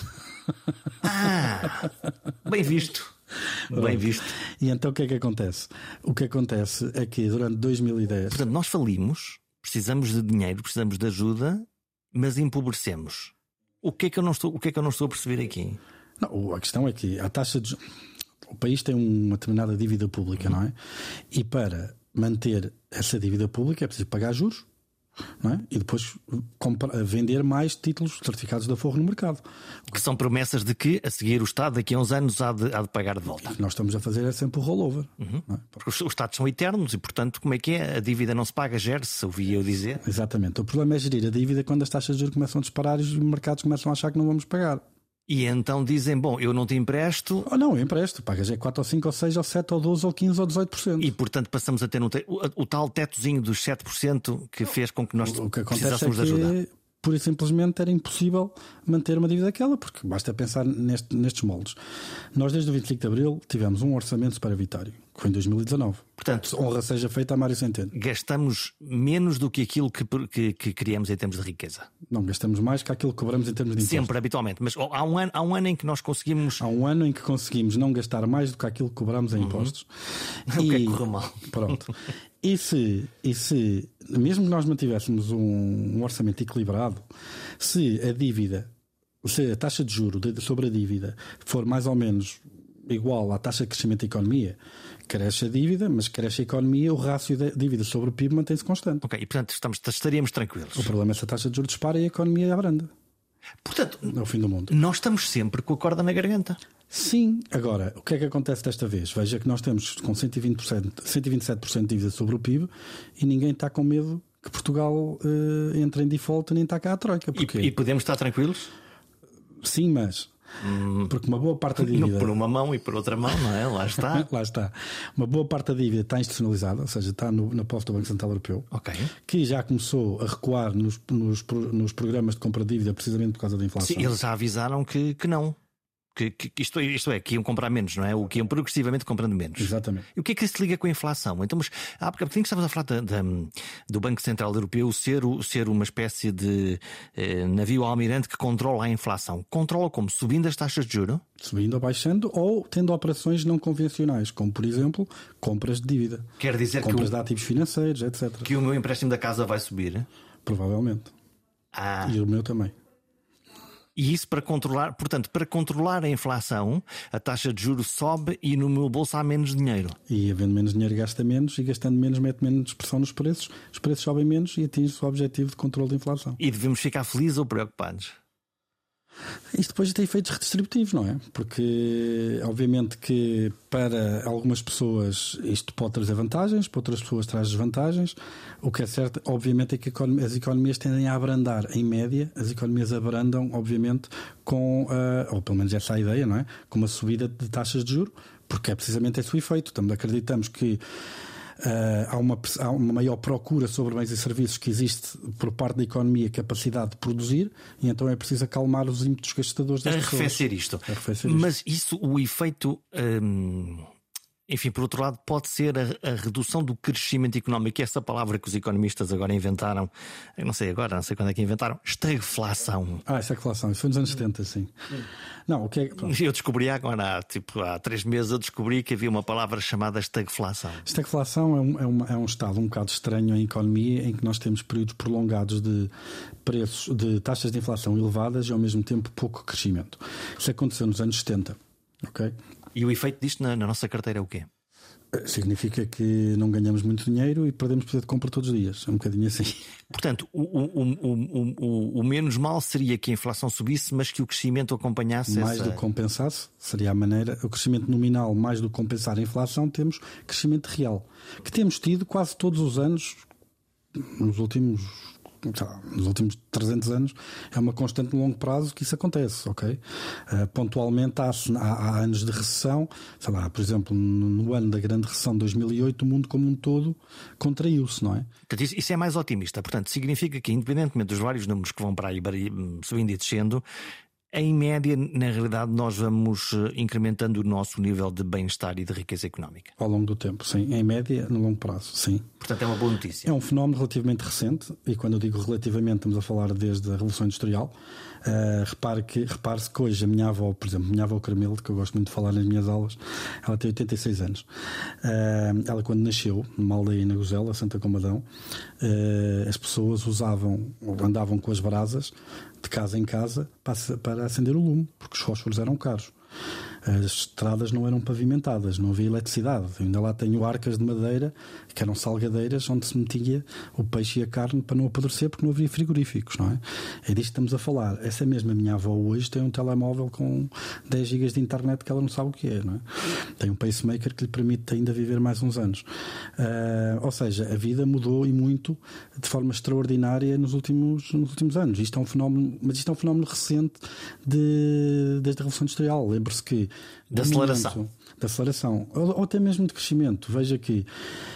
Ah, bem visto. Bem visto. E então o que é que acontece? O que acontece é que durante dois mil e dez... Portanto, nós falimos, precisamos de dinheiro, precisamos de ajuda, mas empobrecemos. O que é que eu não estou, o que é que eu não estou a perceber aqui? Não, a questão é que a taxa de... o país tem uma determinada dívida pública, uhum. não é? E para manter essa dívida pública é preciso pagar juros, não é? E depois comprar, vender mais títulos certificados da Forro no mercado. Que são promessas de que a seguir o Estado daqui a uns anos há de, há de pagar de volta. O que nós estamos a fazer é sempre o rollover. Uhum. Não é? Porque os, os Estados são eternos e, portanto, como é que é? A dívida não se paga, gere-se, ouvi eu dizer. Exatamente. O problema é gerir a dívida quando as taxas de juros começam a disparar e os mercados começam a achar que não vamos pagar. E então dizem, bom, eu não te empresto. Oh, não, eu empresto, pagas é quatro ou cinco ou seis ou sete ou doze ou quinze ou dezoito por cento. E portanto passamos a ter um te... o, o tal tetozinho dos sete por cento que fez com que nós o que precisássemos é que, de ajuda. Pura e simplesmente era impossível manter uma dívida daquela, porque basta pensar neste, nestes moldes. Nós desde o vinte e cinco de Abril tivemos um orçamento superavitário, que foi em dois mil e dezanove. Portanto, honra seja feita a Mário Centeno. Gastamos menos do que aquilo que, que, que criamos em termos de riqueza. Não, gastamos mais que aquilo que cobramos em termos de impostos. Sempre, habitualmente. Mas há um ano, há um ano em que nós conseguimos... Há um ano em que conseguimos não gastar mais do que aquilo que cobramos em uhum. impostos. E... o que é que correu mal? Pronto. E se, e se, mesmo que nós mantivéssemos um, um orçamento equilibrado, se a dívida, se a taxa de juro sobre a dívida for mais ou menos igual à taxa de crescimento da economia, cresce a dívida, mas cresce a economia, o rácio da dívida sobre o P I B mantém-se constante. Ok, e portanto estamos, estaríamos tranquilos. O problema é se a taxa de juros dispara e a economia abranda. Portanto, é o fim do mundo. Nós estamos sempre com a corda na garganta. Sim, agora, o que é que acontece desta vez? Veja que nós temos com cento e vinte por cento, cento e vinte e sete por cento de dívida sobre o P I B e ninguém está com medo que Portugal uh, entre em default nem está cá a troika. Porque... E, e podemos estar tranquilos? Sim, mas hum, porque uma boa parte da dívida. Por uma mão e por outra mão, não é? Lá está. Lá está. Uma boa parte da dívida está institucionalizada, ou seja, está no, na posse do Banco Central Europeu, okay. que já começou a recuar nos, nos, nos programas de compra de dívida precisamente por causa da inflação. Sim, eles já avisaram que, que não. Que, que isto, isto é, que iam comprar menos, não é? O que iam progressivamente comprando menos. Exatamente. E o que é que isso liga com a inflação? Então, mas há porque que estávamos a falar da, da, do Banco Central Europeu ser, o, ser uma espécie de eh, navio almirante que controla a inflação. Controla como? Subindo as taxas de juros? Subindo ou baixando, ou tendo operações não convencionais, como por exemplo compras de dívida. Quer dizer compras que o, de ativos financeiros, etcétera. Que o meu empréstimo da casa vai subir? Provavelmente. Ah. E o meu também. E isso para controlar, portanto, para controlar a inflação, a taxa de juros sobe e no meu bolso há menos dinheiro. E havendo menos dinheiro gasta menos, e gastando menos mete menos pressão nos preços, os preços sobem menos e atinge-se o objetivo de controle da inflação. E devemos ficar felizes ou preocupados? Isto depois tem efeitos redistributivos, não é? Porque obviamente que para algumas pessoas isto pode trazer vantagens, para outras pessoas traz desvantagens. O que é certo, obviamente, é que as economias tendem a abrandar. Em média, as economias abrandam, obviamente, com, uh, ou pelo menos essa é a ideia, não é? Com uma subida de taxas de juros, porque é precisamente esse o efeito. Também acreditamos que Uh, há, uma, há uma maior procura sobre bens e serviços que existe por parte da economia, capacidade de produzir, e então é preciso acalmar os ímpetos gastadores das pessoas. Arrefecer isto. Arrefecer Mas isto. isso, o efeito, hum, enfim, por outro lado, pode ser a, a redução do crescimento económico, essa palavra que os economistas agora inventaram, eu não sei agora, não sei quando é que inventaram, estagflação. Ah, estagflação, isso foi nos anos setenta, sim. Não, o que é... Eu descobri agora, tipo, há três meses eu descobri que havia uma palavra chamada estagflação. Estagflação é um, é, um, é um estado um bocado estranho em economia, em que nós temos períodos prolongados de preços, de taxas de inflação elevadas e ao mesmo tempo pouco crescimento. Isso aconteceu nos anos setenta, ok? E o efeito disto na, na nossa carteira é o quê? Significa que não ganhamos muito dinheiro e perdemos poder de compra todos os dias. É um bocadinho assim. Portanto, o, o, o, o, o menos mal seria que a inflação subisse, mas que o crescimento acompanhasse mais essa... do que compensasse, seria a maneira. O crescimento nominal, mais do que compensar a inflação, temos crescimento real, que temos tido quase todos os anos nos últimos... nos últimos trezentos anos, é uma constante no longo prazo que isso acontece, ok? Uh, pontualmente há, há, há anos de recessão, sei lá, por exemplo, no, no ano da grande recessão de dois mil e oito, o mundo como um todo contraiu-se, não é? Portanto, isso, isso é mais otimista. Portanto, significa que, independentemente dos vários números que vão para aí subindo e descendo, em média, na realidade, nós vamos incrementando o nosso nível de bem-estar e de riqueza económica. Ao longo do tempo, sim. Em média, no longo prazo, sim. Portanto, é uma boa notícia. É um fenómeno relativamente recente, e quando eu digo relativamente, estamos a falar desde a Revolução Industrial. Uh, repare que, repare-se que hoje a minha avó, por exemplo, a minha avó Carmelo, que eu gosto muito de falar nas minhas aulas, ela tem oitenta e seis anos. Uh, ela, quando nasceu, numa aldeia na Gozela, Santa Comadão, uh, as pessoas usavam, andavam com as brasas de casa em casa para, para acender o lume, porque os fósforos eram caros. As estradas não eram pavimentadas, não havia eletricidade. Eu ainda lá tenho arcas de madeira, que eram salgadeiras, onde se metia o peixe e a carne para não apodrecer, porque não havia frigoríficos, não é? É disto que estamos a falar. Essa mesma minha avó hoje tem um telemóvel com dez gigas de internet que ela não sabe o que é, não é? Tem um pacemaker que lhe permite ainda viver mais uns anos. Uh, ou seja, a vida mudou e muito, de forma extraordinária nos últimos, nos últimos anos. Isto é um fenómeno, mas isto é um fenómeno recente de, desde a Revolução Industrial. Lembre-se que da aceleração. Da aceleração, ou, ou até mesmo de crescimento. Veja que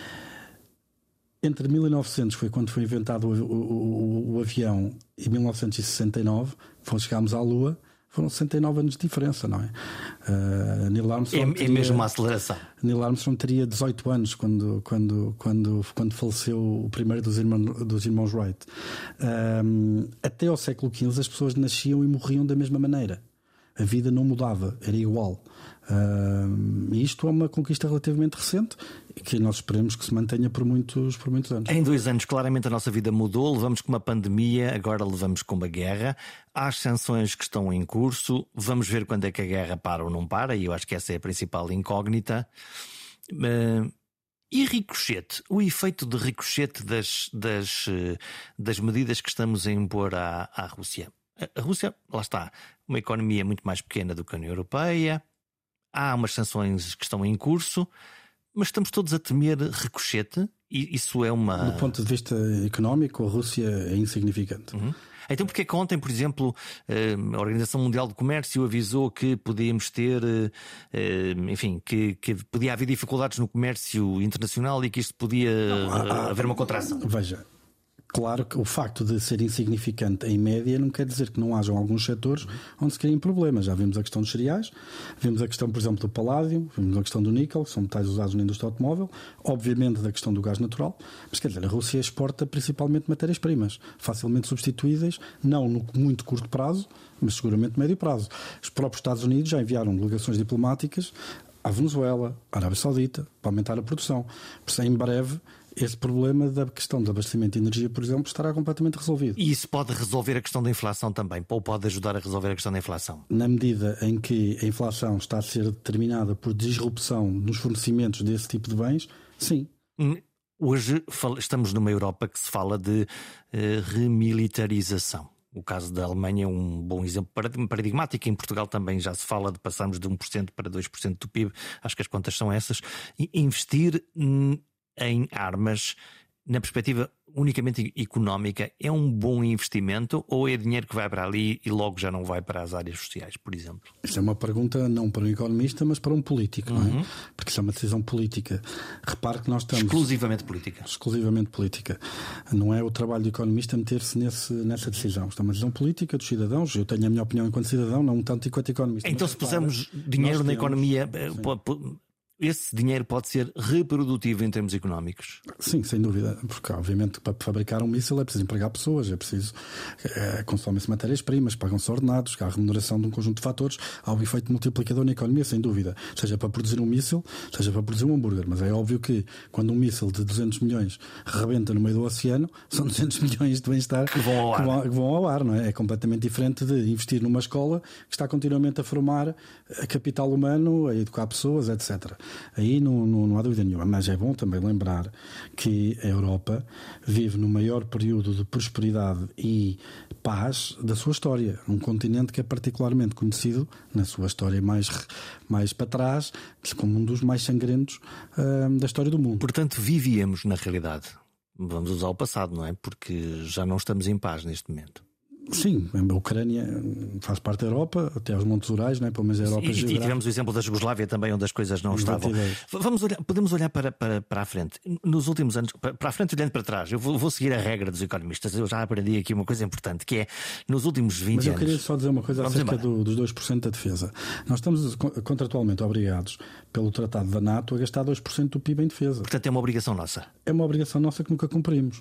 entre mil e novecentos, foi quando foi inventado o, o, o, o avião, e mil novecentos e sessenta e nove, quando chegámos à Lua, foram sessenta e nove anos de diferença, não é? Uh, Neil Armstrong é, teria, é mesmo uma aceleração. Neil Armstrong teria dezoito anos quando, quando, quando, quando faleceu o primeiro dos irmãos, dos irmãos Wright. Uh, até ao século quinze as pessoas nasciam e morriam da mesma maneira. A vida não mudava, era igual. Uh, e isto é uma conquista relativamente recente e que nós esperemos que se mantenha por muitos, por muitos anos. Em dois anos, claramente a nossa vida mudou. Levamos com uma pandemia, agora levamos com uma guerra. Há as sanções que estão em curso. Vamos ver quando é que a guerra para ou não para, e eu acho que essa é a principal incógnita. Uh, E ricochete, o efeito de ricochete das, das, das medidas que estamos a impor à, à Rússia. A Rússia, lá está, uma economia muito mais pequena do que a União Europeia, há umas sanções que estão em curso, mas estamos todos a temer ricochete, e isso é uma... Do ponto de vista económico, a Rússia é insignificante. Uhum. Então porque é que ontem, por exemplo, a Organização Mundial do Comércio avisou que podíamos ter, enfim, que, que podia haver dificuldades no comércio internacional e que isto podia não, há, haver uma contração? Veja, claro que o facto de ser insignificante em média não quer dizer que não hajam alguns setores onde se criem problemas. Já vimos a questão dos cereais, vimos a questão, por exemplo, do paládio, vimos a questão do níquel, que são metais usados na indústria automóvel, obviamente da questão do gás natural, mas quer dizer, a Rússia exporta principalmente matérias-primas, facilmente substituíveis, não no muito curto prazo, mas seguramente médio prazo. Os próprios Estados Unidos já enviaram delegações diplomáticas à Venezuela, à Arábia Saudita, para aumentar a produção. Por isso, em breve, esse problema da questão do abastecimento de energia, por exemplo, estará completamente resolvido. E isso pode resolver a questão da inflação também? Ou pode ajudar a resolver a questão da inflação? Na medida em que a inflação está a ser determinada por disrupção nos fornecimentos desse tipo de bens, sim. Hoje estamos numa Europa que se fala de remilitarização. O caso da Alemanha é um bom exemplo paradigmático. Em Portugal também já se fala de passarmos de um por cento para dois por cento do P I B. Acho que as contas são essas. E investir em armas, na perspectiva unicamente económica, é um bom investimento ou é dinheiro que vai para ali e logo já não vai para as áreas sociais, por exemplo? Isso é uma pergunta não para um economista, mas para um político, uhum. não é? Porque isso é uma decisão política. Repare que nós estamos... Exclusivamente política. Exclusivamente política. Não é o trabalho do economista meter-se nesse, nessa decisão. Isto é uma decisão política dos cidadãos. Eu tenho a minha opinião enquanto cidadão, não tanto enquanto economista. Então, mas, se pusermos repara, dinheiro na temos... economia... Sim. Esse dinheiro pode ser reprodutivo em termos económicos? Sim, sem dúvida, porque obviamente para fabricar um míssil é preciso empregar pessoas, é preciso é, consomem-se matérias-primas, pagam-se ordenados, há a remuneração de um conjunto de fatores, há um efeito multiplicador na economia, sem dúvida, seja para produzir um míssil, seja para produzir um hambúrguer. Mas é óbvio que quando um míssil de duzentos milhões rebenta no meio do oceano, são duzentos milhões de bem-estar que vão ao ar, que vão, que vão ao ar, não é? É completamente diferente de investir numa escola que está continuamente a formar a capital humano, a educar pessoas, etcétera. Aí não, não, não há dúvida nenhuma, mas é bom também lembrar que a Europa vive no maior período de prosperidade e paz da sua história, um continente que é particularmente conhecido na sua história mais, mais para trás como um dos mais sangrentos uh, da história do mundo. Portanto, vivíamos na realidade, vamos usar o passado, não é? Porque já não estamos em paz neste momento. Sim, a Ucrânia faz parte da Europa, até aos Montes Urais, não é? Pelo menos a Europa e, e tivemos o exemplo da Jugoslávia também, onde as coisas não estavam. Vamos olhar, podemos olhar para, para, para a frente. Nos últimos anos, para a frente olhando para trás, eu vou, vou seguir a regra dos economistas. Eu já aprendi aqui uma coisa importante, que é nos últimos vinte anos. Mas eu anos, queria só dizer uma coisa acerca do, dos dois por cento da defesa. Nós estamos contratualmente obrigados pelo Tratado da NATO a gastar dois por cento do P I B em defesa. Portanto, é uma obrigação nossa. É uma obrigação nossa que nunca cumprimos.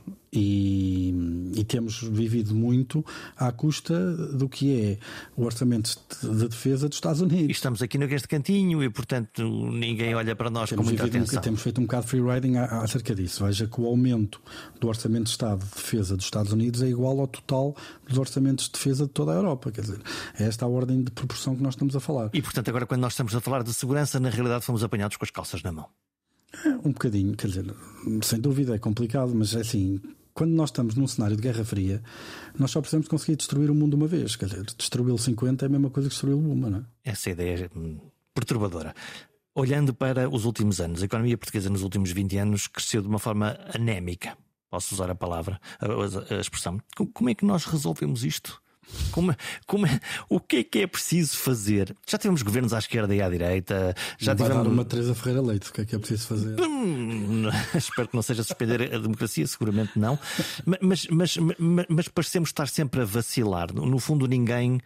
E, e temos vivido muito à custa do que é o orçamento de defesa dos Estados Unidos. E estamos aqui neste cantinho e, portanto, ninguém olha para nós temos com muita atenção. Um, temos feito um bocado de free riding acerca disso. Veja que o aumento do orçamento de Estado de defesa dos Estados Unidos é igual ao total dos orçamentos de defesa de toda a Europa. Quer dizer, é esta a ordem de proporção que nós estamos a falar. E, portanto, agora quando nós estamos a falar de segurança, na realidade fomos apanhados com as calças na mão. É, um bocadinho, quer dizer, sem dúvida é complicado, mas é assim... Quando nós estamos num cenário de Guerra Fria, nós só precisamos conseguir destruir o mundo uma vez. Quer dizer, destruí-lo cinquenta é a mesma coisa que destruí-lo uma, não é? Essa ideia é perturbadora. Olhando para os últimos anos, a economia portuguesa nos últimos vinte anos cresceu de uma forma anémica. Posso usar a palavra, a, a expressão. Como é que nós resolvemos isto? Como, como, o que é que é preciso fazer? Já tivemos governos à esquerda e à direita. Já não vai tivemos dar uma Teresa Ferreira Leite. O que é que é preciso fazer? Hum, espero que não seja suspender a democracia, seguramente não. Mas, mas, mas, mas parecemos estar sempre a vacilar. No fundo, ninguém.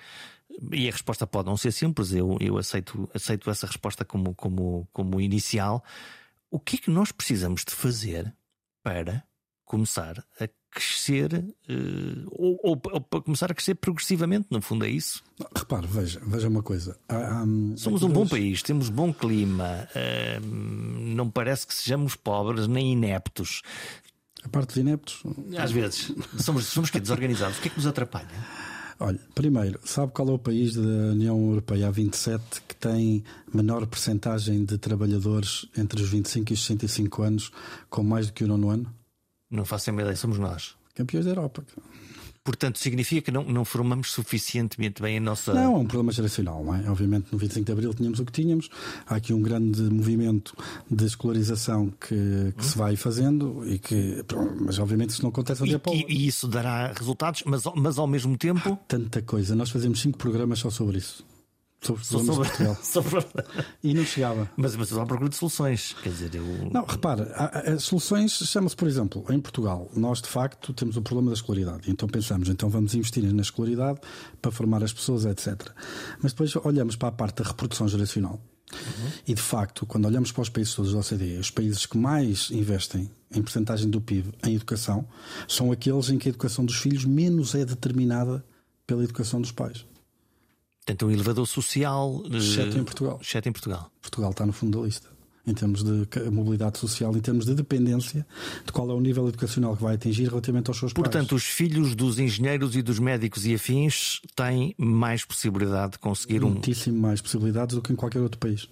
E a resposta pode não ser simples. Eu, eu aceito, aceito essa resposta como, como, como inicial. O que é que nós precisamos de fazer para começar a crescer uh, ou, ou, ou para começar a crescer progressivamente? No fundo é isso. Repare, veja, veja uma coisa. Há, há, Somos um bom país, temos bom clima, uh, não parece que sejamos pobres nem ineptos. A parte dos ineptos, às vezes somos, somos que desorganizados. O que é que nos atrapalha? Olha, primeiro, sabe qual é o país da União Europeia a vinte e sete que tem menor percentagem de trabalhadores entre os vinte e cinco e os sessenta e cinco anos com mais do que o nono ano? Não faço a ideia, somos nós. Campeões da Europa. Portanto, significa que não, não formamos suficientemente bem a nossa... Não, é um problema geracional, não é? Obviamente no vinte e cinco de Abril tínhamos o que tínhamos. Há aqui um grande movimento de escolarização que, que hum. se vai fazendo e que... Mas obviamente isso não acontece a dia para o outro. E isso dará resultados, mas, mas ao mesmo tempo... Há tanta coisa. Nós fazemos cinco programas só sobre isso. Sobre, sobre, sobre, Portugal. sobre... E não chegava. Mas, mas à procura de soluções. Quer dizer, eu... Não, repara, as soluções chamam-se, por exemplo, em Portugal, nós de facto temos o problema da escolaridade. Então pensamos, então vamos investir na escolaridade para formar as pessoas, etcétera. Mas depois olhamos para a parte da reprodução geracional. Uhum. E de facto, quando olhamos para os países todos da O C D E, os países que mais investem em percentagem do P I B em educação são aqueles em que a educação dos filhos menos é determinada pela educação dos pais. Portanto, um elevador social. Exceto em Portugal. Exceto em Portugal. Portugal está no fundo da lista. Em termos de mobilidade social, em termos de dependência de qual é o nível educacional que vai atingir relativamente aos seus Portanto, pais. Portanto, os filhos dos engenheiros e dos médicos e afins têm mais possibilidade de conseguir um. Muitíssimo mais possibilidades do que em qualquer outro país.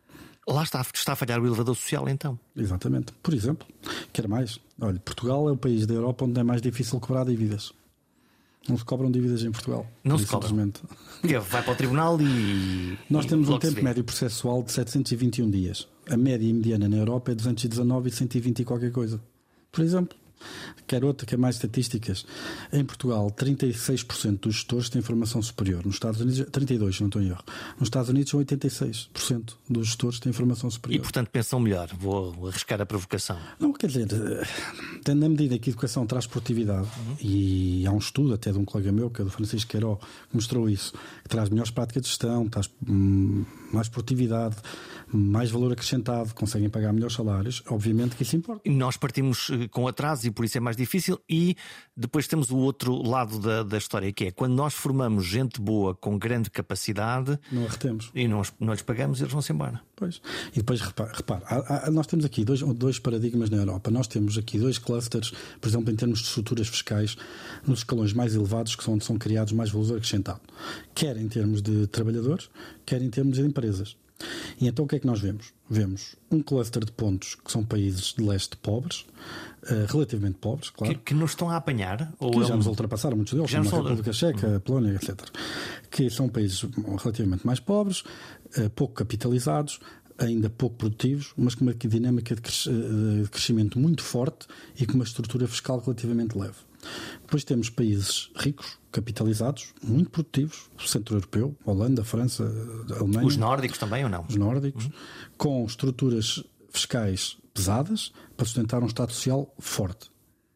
Lá está, está a falhar o elevador social, então. Exatamente. Por exemplo, quer mais? Olha, Portugal é o país da Europa onde é mais difícil cobrar dívidas. Não se cobram dívidas em Portugal. Não se cobram. Porque vai para o tribunal e. Nós temos e um tempo médio processual de setecentos e vinte e um dias. A média e mediana na Europa é duzentos e dezanove e cento e vinte e qualquer coisa. Por exemplo. Quer outra, quer mais estatísticas. Em Portugal, trinta e seis por cento dos gestores têm formação superior. Nos Estados Unidos, trinta e dois por cento, não estou em erro. Nos Estados Unidos, são oitenta e seis por cento dos gestores têm formação superior. E, portanto, pensam melhor. Vou arriscar a provocação. Não, quer dizer, tendo na medida que a educação traz produtividade, uhum. e há um estudo até de um colega meu, que é do Francisco Queiró, que mostrou isso, que traz melhores práticas de gestão, traz hum, mais produtividade, mais valor acrescentado, conseguem pagar melhores salários, obviamente que isso importa. E nós partimos com atraso e por isso é mais difícil. E depois temos o outro lado da, da história, que é quando nós formamos gente boa com grande capacidade, não a retemos e não, não lhes pagamos, eles vão-se embora. Pois. E depois repara, repara há, há, nós temos aqui dois, dois paradigmas na Europa. Nós temos aqui dois clusters, por exemplo, em termos de estruturas fiscais, nos escalões mais elevados, que são onde são criados mais valor acrescentado, quer em termos de trabalhadores, quer em termos de empresas. E então o que é que nós vemos? Vemos um cluster de pontos que são países de leste pobres, uh, relativamente pobres, claro. Que, que nos estão a apanhar? Ou que já é um... nos ultrapassaram, muitos deles, como a República Checa, uhum. a Polónia, etcétera. Que são países relativamente mais pobres, uh, pouco capitalizados, ainda pouco produtivos, mas com uma dinâmica de crescimento muito forte e com uma estrutura fiscal relativamente leve. Depois temos países ricos, capitalizados, muito produtivos, o centro europeu, Holanda, França, Alemanha. Os nórdicos também ou não? Os nórdicos, uhum. com estruturas fiscais pesadas para sustentar um Estado social forte.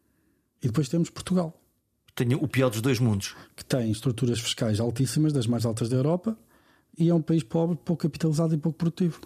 E depois temos Portugal. Tenho o pior dos dois mundos. Que tem estruturas fiscais altíssimas, das mais altas da Europa, e é um país pobre, pouco capitalizado e pouco produtivo.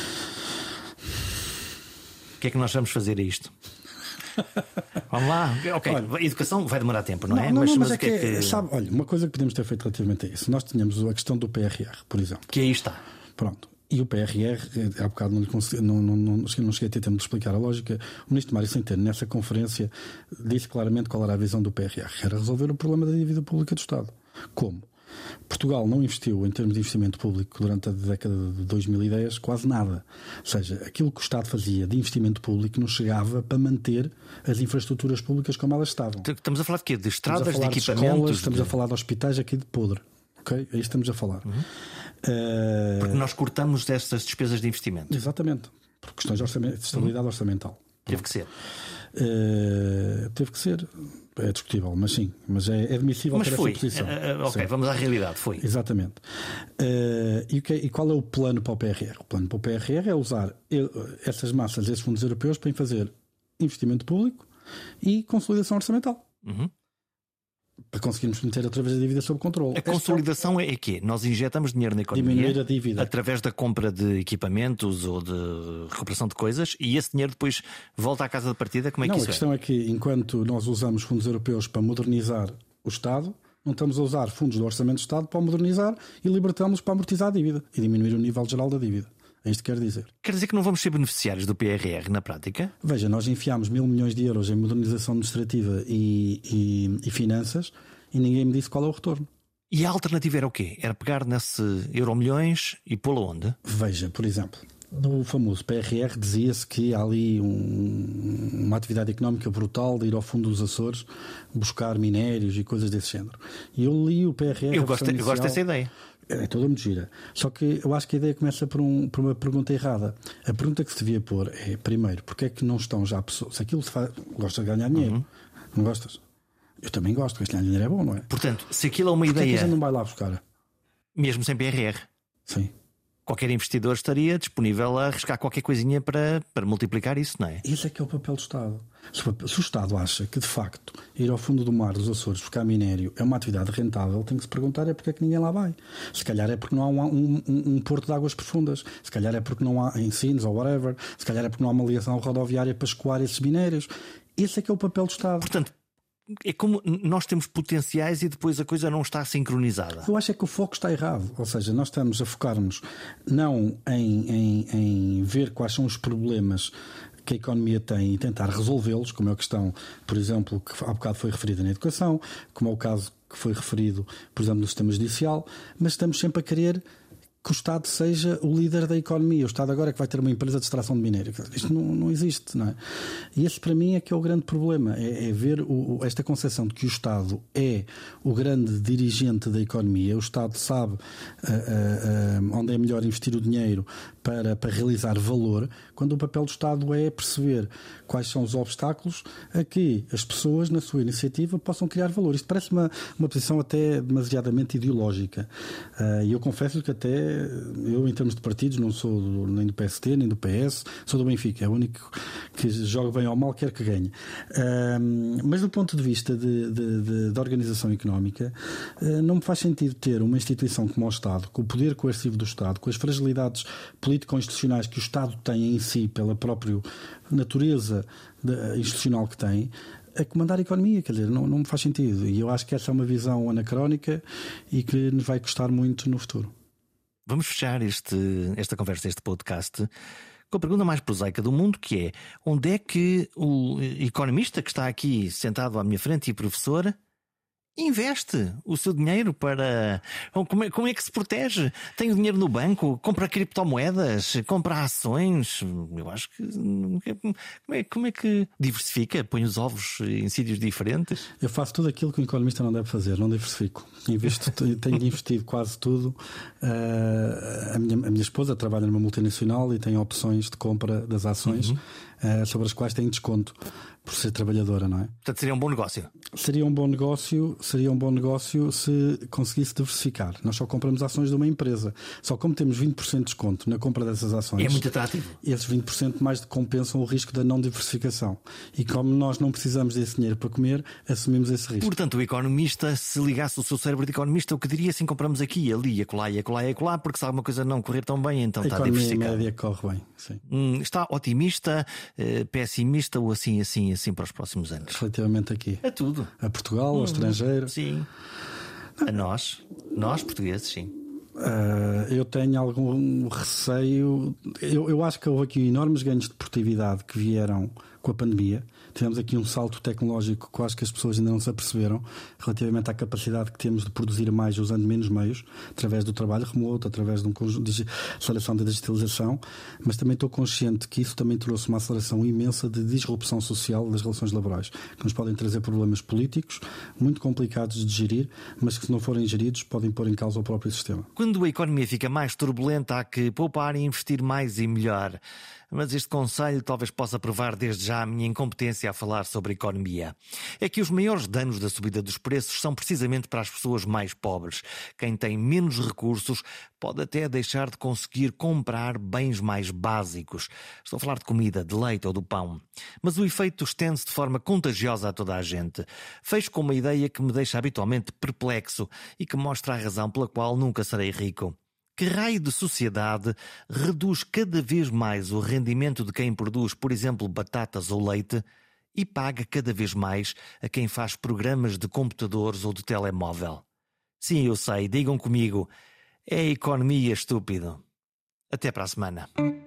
O que é que nós vamos fazer a isto? Vamos lá, ok. Olha, a educação vai demorar tempo, não, não é? Não, mas, não, mas, mas é o que é que. Sabe, olha, uma coisa que podemos ter feito relativamente a isso, nós tínhamos a questão do P R R, por exemplo. Que aí está. Pronto. E o P R R, há bocado não, lhe consegui, não, não, não, não cheguei a ter tempo de explicar a lógica. O ministro Mário Centeno, nessa conferência, disse claramente qual era a visão do P R R. Era resolver o problema da dívida pública do Estado. Como? Portugal não investiu em termos de investimento público durante a década de dois mil e dez quase nada. Ou seja, aquilo que o Estado fazia de investimento público não chegava para manter as infraestruturas públicas como elas estavam. Estamos a falar de quê? De estradas, de equipamentos? De escolas, estamos de... a falar de hospitais aqui de podre. Ok? Aí estamos a falar. Uhum. Uh... Porque nós cortamos estas despesas de investimento. Exatamente. Por questões de, orçamento, de estabilidade uhum. orçamental. Teve que ser. Uh, teve que ser. É discutível, mas sim, mas é, é admissível mas ter foi. essa posição. Uh, ok, sim. Vamos à realidade, foi. Exatamente. Uh, e, o que é, e qual é o plano para o P R R? O plano para o P R R é usar essas massas, esses fundos europeus, para fazer investimento público e consolidação orçamental. Uhum. Para conseguirmos meter outra vez a dívida sob controle. A consolidação é, é quê? Nós injetamos dinheiro na economia, diminuir a dívida através da compra de equipamentos ou de recuperação de coisas, e esse dinheiro depois volta à casa de partida. Como é não, que isso a questão é? é que enquanto nós usamos fundos europeus para modernizar o Estado, não estamos a usar fundos do Orçamento do Estado para modernizar e libertamos para amortizar a dívida e diminuir o nível geral da dívida. É isto que quer dizer. Quer dizer que não vamos ser beneficiários do P R R na prática? Veja, nós enfiámos mil milhões de euros em modernização administrativa e, e, e finanças e ninguém me disse qual é o retorno. E a alternativa era o quê? Era pegar nesse euro milhões e pô-lo onde? Veja, por exemplo, No famoso P R R dizia-se que há ali um, uma atividade económica brutal de ir ao fundo dos Açores buscar minérios e coisas desse género. E eu li o P R R. Eu gosto, eu gosto dessa ideia. É toda muito gira. Só que eu acho que a ideia começa por, um, por uma pergunta errada. A pergunta que se devia pôr é, primeiro, porque é que não estão já pessoas... Se aquilo se faz... Gostas de ganhar dinheiro? Uhum. Não gostas? Eu também gosto, porque ganhar dinheiro é bom, não é? Portanto, se aquilo é uma porque ideia... é que a gente não vai lá buscar? Mesmo sem P R R? Sim. Qualquer investidor estaria disponível a arriscar qualquer coisinha para, para multiplicar isso, não é? Esse é que é o papel do Estado. Se o, se o Estado acha que, de facto, ir ao fundo do mar dos Açores buscar minério é uma atividade rentável, tem que se perguntar é porque é que ninguém lá vai. Se calhar é porque não há um, um, um, um porto de águas profundas. Se calhar é porque não há ensinos ou whatever. Se calhar é porque não há uma ligação rodoviária para escoar esses minérios. Esse é que é o papel do Estado. Portanto, é como nós temos potenciais e depois a coisa não está sincronizada. Eu acho é que o foco está errado. Ou seja, nós estamos a focar-nos não em, em, em ver quais são os problemas que a economia tem e tentar resolvê-los, como é a questão, por exemplo, que há bocado foi referida na educação, como é o caso que foi referido, por exemplo, no sistema judicial, mas estamos sempre a querer que o Estado seja o líder da economia. O Estado agora é que vai ter uma empresa de extração de minério. Isto não, não existe, não é? E esse para mim é que é o grande problema, é, é ver o, esta concepção de que o Estado é o grande dirigente da economia. O Estado sabe uh, uh, uh, onde é melhor investir o dinheiro para, para realizar valor, quando o papel do Estado é perceber quais são os obstáculos a que as pessoas, na sua iniciativa, possam criar valor. Isto parece uma, uma posição até demasiadamente ideológica. E uh, eu confesso que até eu, em termos de partidos, não sou do, nem do P S T nem do P S, sou do Benfica, é o único que joga bem ou mal, quer que ganhe. Uh, mas do ponto de vista de, de, de, de organização económica, uh, não me faz sentido ter uma instituição como o Estado, com o poder coercivo do Estado, com as fragilidades político-institucionais que o Estado tem em si, pela própria natureza de, institucional que tem, a comandar a economia. Quer dizer, não, não me faz sentido. E eu acho que essa é uma visão anacrónica e que nos vai custar muito no futuro. Vamos fechar este, esta conversa, este podcast, com a pergunta mais prosaica do mundo, que é: onde é que o economista que está aqui sentado à minha frente e professor investe o seu dinheiro para... Como é, como é que se protege? Tem o dinheiro no banco? Compra criptomoedas? Compra ações? Eu acho que... Como é, como é que diversifica? Põe os ovos em sítios diferentes? Eu faço tudo aquilo que um economista não deve fazer. Não diversifico. Investo, tenho investido quase tudo. Uh, a, minha, a minha esposa trabalha numa multinacional e tem opções de compra das ações, uhum. uh, sobre as quais tem desconto por ser trabalhadora, não é? Portanto, seria um bom negócio. Seria um bom negócio, seria um bom negócio se conseguisse diversificar. Nós só compramos ações de uma empresa. Só como temos vinte por cento de desconto na compra dessas ações, é muito atrativo. Esses vinte por cento mais compensam o risco da não diversificação. E como nós não precisamos desse dinheiro para comer, assumimos esse risco. Portanto, o economista, se ligasse o seu cérebro de economista, o que diria assim: compramos aqui, ali, acolá e acolá e acolá, porque se alguma coisa não correr tão bem, então a está diversificado. A economia média corre bem, sim. Hum, está otimista, eh, pessimista ou assim, assim, assim para os próximos anos? Relativamente aqui. A tudo. A Portugal, hum, ao estrangeiro. Sim. A nós. Nós, portugueses, sim. Uh, eu tenho algum receio. Eu, eu acho que houve aqui enormes ganhos de produtividade que vieram com a pandemia. Tivemos aqui um salto tecnológico que eu acho que as pessoas ainda não se aperceberam, relativamente à capacidade que temos de produzir mais usando menos meios, através do trabalho remoto, através de um conjunto de aceleração da digitalização. Mas também estou consciente que isso também trouxe uma aceleração imensa de disrupção social das relações laborais, que nos podem trazer problemas políticos muito complicados de gerir, mas que, se não forem geridos, podem pôr em causa o próprio sistema. Quando a economia fica mais turbulenta, há que poupar e investir mais e melhor. Mas este conselho talvez possa provar desde já a minha incompetência a falar sobre economia. É que os maiores danos da subida dos preços são precisamente para as pessoas mais pobres. Quem tem menos recursos pode até deixar de conseguir comprar bens mais básicos. Estou a falar de comida, de leite ou do pão. Mas o efeito estende-se de forma contagiosa a toda a gente. Fecho com uma ideia que me deixa habitualmente perplexo e que mostra a razão pela qual nunca serei rico. Que raio de sociedade reduz cada vez mais o rendimento de quem produz, por exemplo, batatas ou leite, e paga cada vez mais a quem faz programas de computadores ou de telemóvel? Sim, eu sei, digam comigo, é economia, estúpido. Até para a semana.